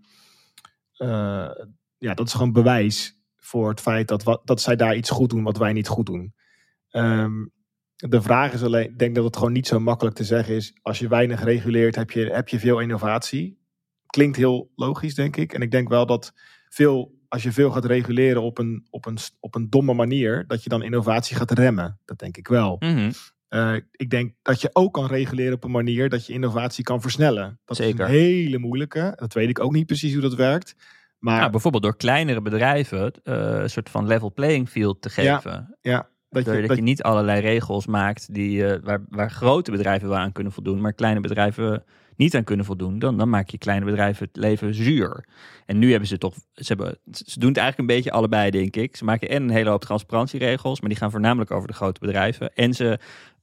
dat is gewoon bewijs voor het feit dat zij daar iets goed doen wat wij niet goed doen. De vraag is alleen, ik denk dat het gewoon niet zo makkelijk te zeggen is, als je weinig reguleert, heb je veel innovatie. Klinkt heel logisch, denk ik. En ik denk wel dat veel als je veel gaat reguleren op een domme manier, dat je dan innovatie gaat remmen. Dat denk ik wel. Mhm. Ik denk dat je ook kan reguleren op een manier dat je innovatie kan versnellen. Dat Zeker. is een hele moeilijke. Dat weet ik ook niet precies hoe dat werkt. Maar Nou, bijvoorbeeld door kleinere bedrijven een soort van level playing field te geven. ja, dat Dat je niet allerlei regels maakt waar grote bedrijven wel aan kunnen voldoen, maar kleine bedrijven niet aan kunnen voldoen. Dan maak je kleine bedrijven het leven zuur. En nu hebben ze ze doen het eigenlijk een beetje allebei, denk ik. Ze maken en een hele hoop transparantieregels, maar die gaan voornamelijk over de grote bedrijven. En ze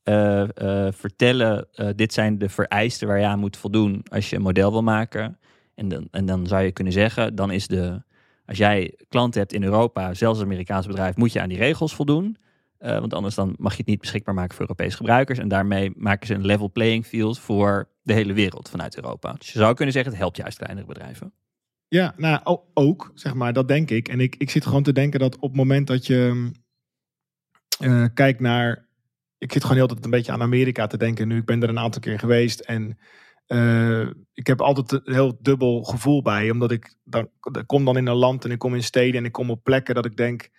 vertellen, dit zijn de vereisten waar je aan moet voldoen als je een model wil maken. En dan zou je kunnen zeggen, als jij klanten hebt in Europa, zelfs als Amerikaans bedrijf, moet je aan die regels voldoen. Want anders dan mag je het niet beschikbaar maken voor Europese gebruikers. En daarmee maken ze een level playing field voor de hele wereld vanuit Europa. Dus je zou kunnen zeggen, het helpt juist kleinere bedrijven. Ja, nou ook, zeg maar, dat denk ik. En ik zit gewoon te denken dat op het moment dat je kijkt naar... Ik zit gewoon heel tijd een beetje aan Amerika te denken nu. Ik ben er een aantal keer geweest en ik heb altijd een heel dubbel gevoel bij. Omdat ik kom dan in een land en ik kom in steden en ik kom op plekken dat ik denk...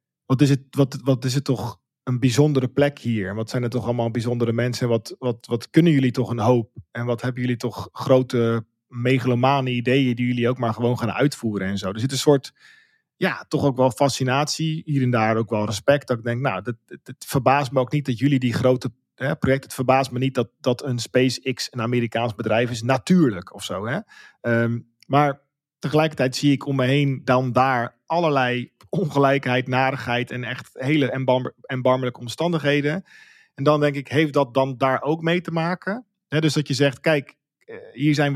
Wat is het toch een bijzondere plek hier? Wat zijn er toch allemaal bijzondere mensen? Wat kunnen jullie toch een hoop? En wat hebben jullie toch grote megalomane ideeën die jullie ook maar gewoon gaan uitvoeren en zo. Er zit een soort, toch ook wel fascinatie. Hier en daar ook wel respect. Dat ik denk, het verbaast me ook niet dat jullie die grote project. Het verbaast me niet dat een SpaceX een Amerikaans bedrijf is. Natuurlijk of zo. Hè? Maar tegelijkertijd zie ik om me heen dan daar allerlei ongelijkheid, narigheid en echt hele erbarmelijke omstandigheden. En dan denk ik, heeft dat dan daar ook mee te maken? Dus dat je zegt, kijk, er zijn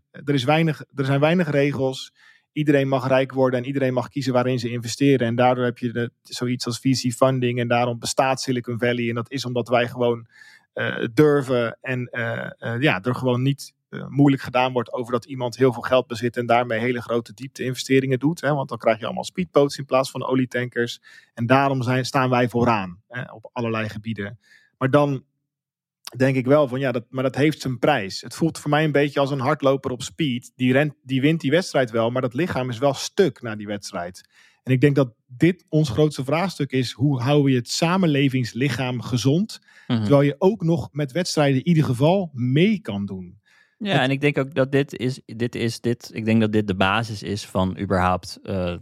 weinig regels. Iedereen mag rijk worden en iedereen mag kiezen waarin ze investeren. En daardoor heb je zoiets als VC funding en daarom bestaat Silicon Valley. En dat is omdat wij gewoon durven en er gewoon niet moeilijk gedaan wordt over dat iemand heel veel geld bezit en daarmee hele grote diepte investeringen doet. Want dan krijg je allemaal speedboats in plaats van olietankers. En daarom staan wij vooraan op allerlei gebieden. Maar dan denk ik wel van maar dat heeft zijn prijs. Het voelt voor mij een beetje als een hardloper op speed. Die wint die wedstrijd wel, maar dat lichaam is wel stuk na die wedstrijd. En ik denk dat dit ons grootste vraagstuk is. Hoe hou je het samenlevingslichaam gezond? Mm-hmm. Terwijl je ook nog met wedstrijden in ieder geval mee kan doen. Ja, en ik denk ook dat dit. Ik denk dat dit de basis is van überhaupt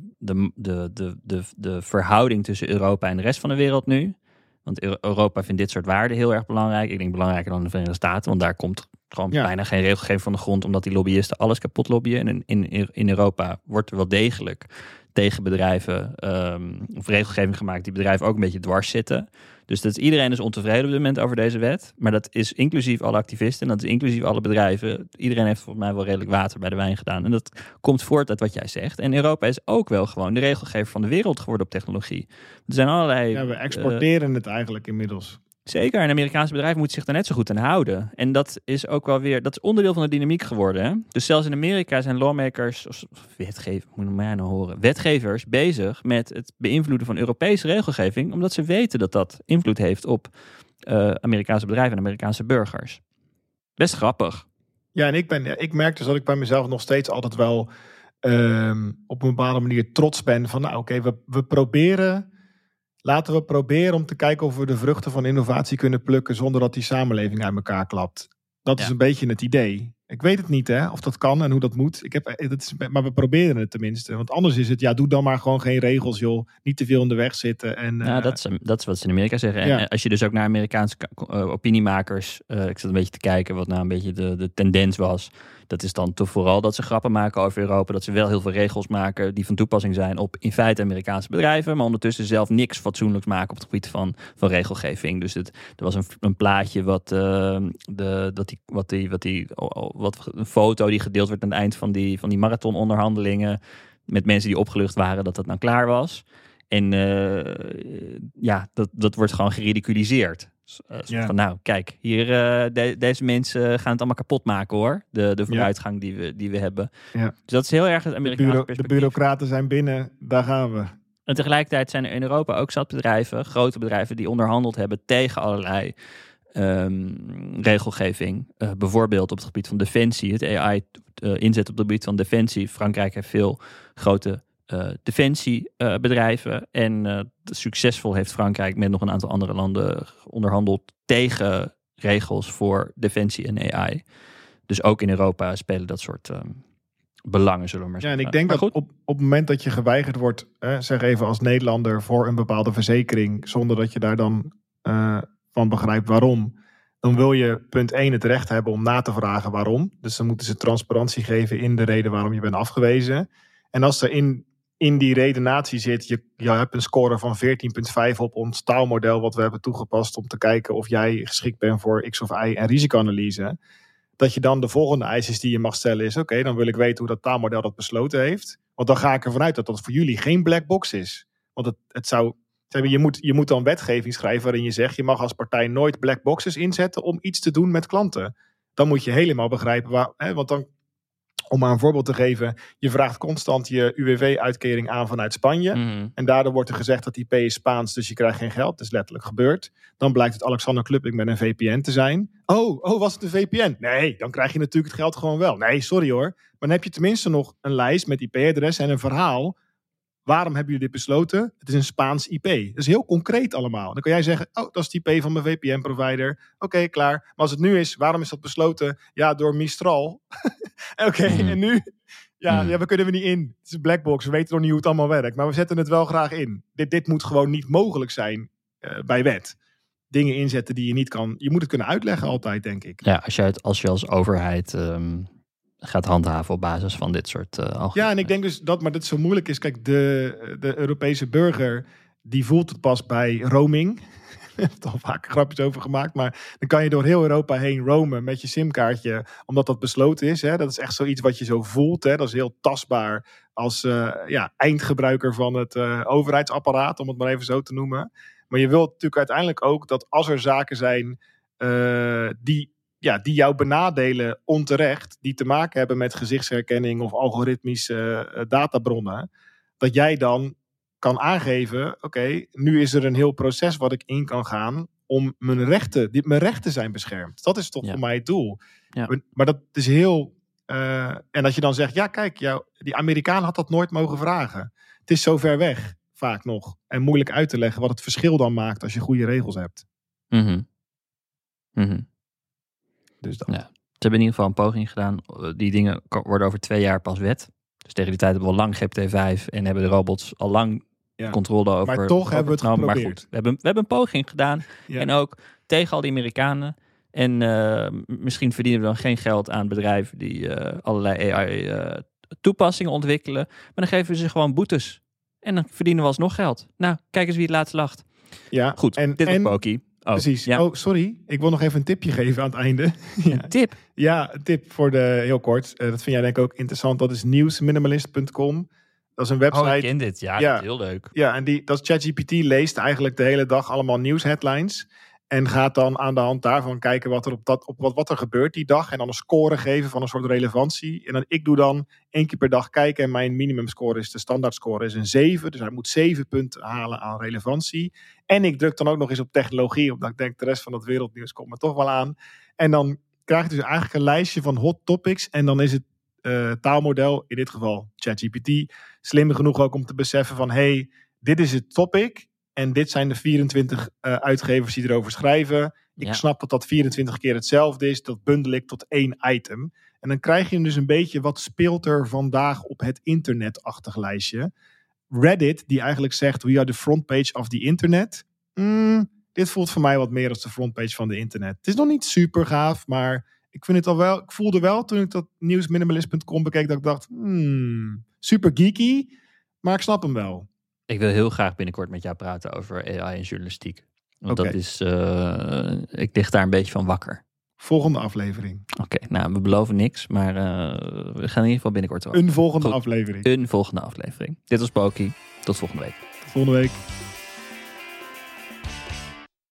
de verhouding tussen Europa en de rest van de wereld nu. Want Europa vindt dit soort waarden heel erg belangrijk. Ik denk belangrijker dan de Verenigde Staten. Want daar komt gewoon bijna geen regelgeving van de grond. Omdat die lobbyisten alles kapot lobbyen. En in Europa wordt er wel degelijk tegen bedrijven of regelgeving gemaakt die bedrijven ook een beetje dwars zitten. Dus iedereen is ontevreden op dit moment over deze wet. Maar dat is inclusief alle activisten. En dat is inclusief alle bedrijven. Iedereen heeft volgens mij wel redelijk water bij de wijn gedaan. En dat komt voort uit wat jij zegt. En Europa is ook wel gewoon de regelgever van de wereld geworden op technologie. Er zijn allerlei... Ja, we exporteren het eigenlijk inmiddels. Zeker, en Amerikaanse bedrijven moeten zich daar net zo goed aan houden. En dat is ook wel weer, dat is onderdeel van de dynamiek geworden. Hè? Dus zelfs in Amerika zijn lawmakers, of wetgevers bezig met het beïnvloeden van Europese regelgeving, omdat ze weten dat dat invloed heeft op Amerikaanse bedrijven en Amerikaanse burgers. Best grappig. Ja, en ik merk dus dat ik bij mezelf nog steeds altijd wel op een bepaalde manier trots ben van, we proberen... Laten we proberen om te kijken of we de vruchten van innovatie kunnen plukken zonder dat die samenleving uit elkaar klapt. Dat is een beetje het idee. Ik weet het niet of dat kan en hoe dat moet. Maar we proberen het tenminste. Want anders is het, doe dan maar gewoon geen regels, joh. Niet te veel in de weg zitten. En, dat is wat ze in Amerika zeggen. En als je dus ook naar Amerikaanse opiniemakers, ik zat een beetje te kijken wat nou een beetje de tendens was. Dat is dan toch vooral dat ze grappen maken over Europa. Dat ze wel heel veel regels maken die van toepassing zijn op in feite Amerikaanse bedrijven. Maar ondertussen zelf niks fatsoenlijks maken op het gebied van regelgeving. Dus er was een plaatje een foto die gedeeld werd aan het eind van die marathononderhandelingen. Met mensen die opgelucht waren dat het nou klaar was. En dat wordt gewoon geridiculiseerd. Van nou, kijk, hier deze mensen gaan het allemaal kapot maken hoor. De vooruitgang die we hebben. Ja. Dus dat is heel erg het Amerikaanse perspectief. De bureaucraten zijn binnen, daar gaan we. En tegelijkertijd zijn er in Europa ook zat bedrijven, grote bedrijven, die onderhandeld hebben tegen allerlei regelgeving. Bijvoorbeeld op het gebied van defensie, het AI inzet op het gebied van defensie. Frankrijk heeft veel grote defensiebedrijven. En succesvol heeft Frankrijk met nog een aantal andere landen onderhandeld tegen regels voor defensie en AI. Dus ook in Europa spelen dat soort belangen, zullen we maar zeggen. Ja, en ik denk dat op het moment dat je geweigerd wordt, zeg even als Nederlander, voor een bepaalde verzekering, zonder dat je daar dan van begrijpt waarom, dan wil je punt 1 het recht hebben om na te vragen waarom. Dus dan moeten ze transparantie geven in de reden waarom je bent afgewezen. En als er in die redenatie zit, je hebt een score van 14,5 op ons taalmodel wat we hebben toegepast om te kijken of jij geschikt bent voor X of Y en risicoanalyse, dat je dan de volgende eis die je mag stellen is, oké, dan wil ik weten hoe dat taalmodel dat besloten heeft. Want dan ga ik ervan uit dat dat voor jullie geen black box is. Want het zou... Je moet dan wetgeving schrijven waarin je zegt, je mag als partij nooit black boxes inzetten om iets te doen met klanten. Dan moet je helemaal begrijpen want dan, om maar een voorbeeld te geven, je vraagt constant je UWV-uitkering aan vanuit Spanje. Mm-hmm. En daardoor wordt er gezegd dat die IP is Spaans, dus je krijgt geen geld. Dat is letterlijk gebeurd. Dan blijkt het Alexander Klupping met een VPN te zijn. Oh, was het een VPN? Nee, dan krijg je natuurlijk het geld gewoon wel. Nee, sorry hoor. Maar dan heb je tenminste nog een lijst met IP-adressen en een verhaal. Waarom hebben jullie dit besloten? Het is een Spaans IP. Dat is heel concreet allemaal. Dan kan jij zeggen, dat is het IP van mijn VPN-provider. Oké, klaar. Maar als het nu is, waarom is dat besloten? Ja, door Mistral. En nu? Ja, we kunnen er niet in. Het is een blackbox. We weten nog niet hoe het allemaal werkt. Maar we zetten het wel graag in. Dit moet gewoon niet mogelijk zijn bij wet. Dingen inzetten die je niet kan. Je moet het kunnen uitleggen altijd, denk ik. Ja, als je als overheid gaat handhaven op basis van dit soort algoritmes. Ja, en ik denk dus dat het zo moeilijk is. Kijk, de Europese burger, die voelt het pas bij roaming. We hebben er al vaak grapjes over gemaakt. Maar dan kan je door heel Europa heen roamen met je simkaartje. Omdat dat besloten is. Hè? Dat is echt zoiets wat je zo voelt. Hè? Dat is heel tastbaar als eindgebruiker van het overheidsapparaat. Om het maar even zo te noemen. Maar je wilt natuurlijk uiteindelijk ook dat als er zaken zijn die jou benadelen onterecht, die te maken hebben met gezichtsherkenning of algoritmische databronnen, dat jij dan kan aangeven, oké, nu is er een heel proces wat ik in kan gaan om mijn rechten zijn beschermd. Dat is toch voor mij het doel. Ja. Maar dat is heel... en als je dan zegt, ja kijk, die Amerikaan had dat nooit mogen vragen. Het is zo ver weg, vaak nog. En moeilijk uit te leggen wat het verschil dan maakt als je goede regels hebt. Mm-hmm. Mm-hmm. Dus dat. Ja. Ze hebben in ieder geval een poging gedaan. Die dingen worden over 2 jaar pas wet. Dus tegen die tijd hebben we al lang GPT-5 en hebben de robots al lang controle over. Maar toch hebben we het geprobeerd. Maar goed, we hebben een poging gedaan. Ja. En ook tegen al die Amerikanen. En misschien verdienen we dan geen geld aan bedrijven die allerlei AI-toepassingen ontwikkelen. Maar dan geven we ze gewoon boetes. En dan verdienen we alsnog geld. Nou, kijk eens wie het laatst lacht. Ja, goed, dit was Poki. Oh, precies. Ja. Oh, sorry. Ik wil nog even een tipje geven aan het einde. Een tip? Ja, een tip voor heel kort. Dat vind jij denk ik ook interessant. Dat is nieuwsminimalist.com. Dat is een website. Oh, ik ken dit. Ja, dat is heel leuk. Ja, en dat is ChatGPT leest eigenlijk de hele dag allemaal nieuwsheadlines. En gaat dan aan de hand daarvan kijken wat er gebeurt die dag. En dan een score geven van een soort relevantie. En ik doe dan 1 keer per dag kijken. En mijn minimumscore de standaardscore is een 7. Dus hij moet 7 punten halen aan relevantie. En ik druk dan ook nog eens op technologie. Omdat ik denk de rest van het wereldnieuws komt me toch wel aan. En dan krijg je dus eigenlijk een lijstje van hot topics. En dan is het taalmodel, in dit geval ChatGPT, slim genoeg ook om te beseffen van hey, dit is het topic. En dit zijn de 24 uitgevers die erover schrijven. Ik snap dat 24 keer hetzelfde is. Dat bundel ik tot 1 item. En dan krijg je dus een beetje wat speelt er vandaag op het internetachtig lijstje. Reddit, die eigenlijk zegt, we are the front page of the internet. Dit voelt voor mij wat meer als de frontpage van de internet. Het is nog niet super gaaf, maar ik voelde wel toen ik dat nieuwsminimalist.com bekeek, dat ik dacht, super geeky, maar ik snap hem wel. Ik wil heel graag binnenkort met jou praten over AI en journalistiek. Want dat is, ik lig daar een beetje van wakker. Volgende aflevering. Oké, nou, we beloven niks, maar we gaan in ieder geval binnenkort over. Een volgende aflevering. Een volgende aflevering. Dit was Poki. Tot volgende week. Tot volgende week.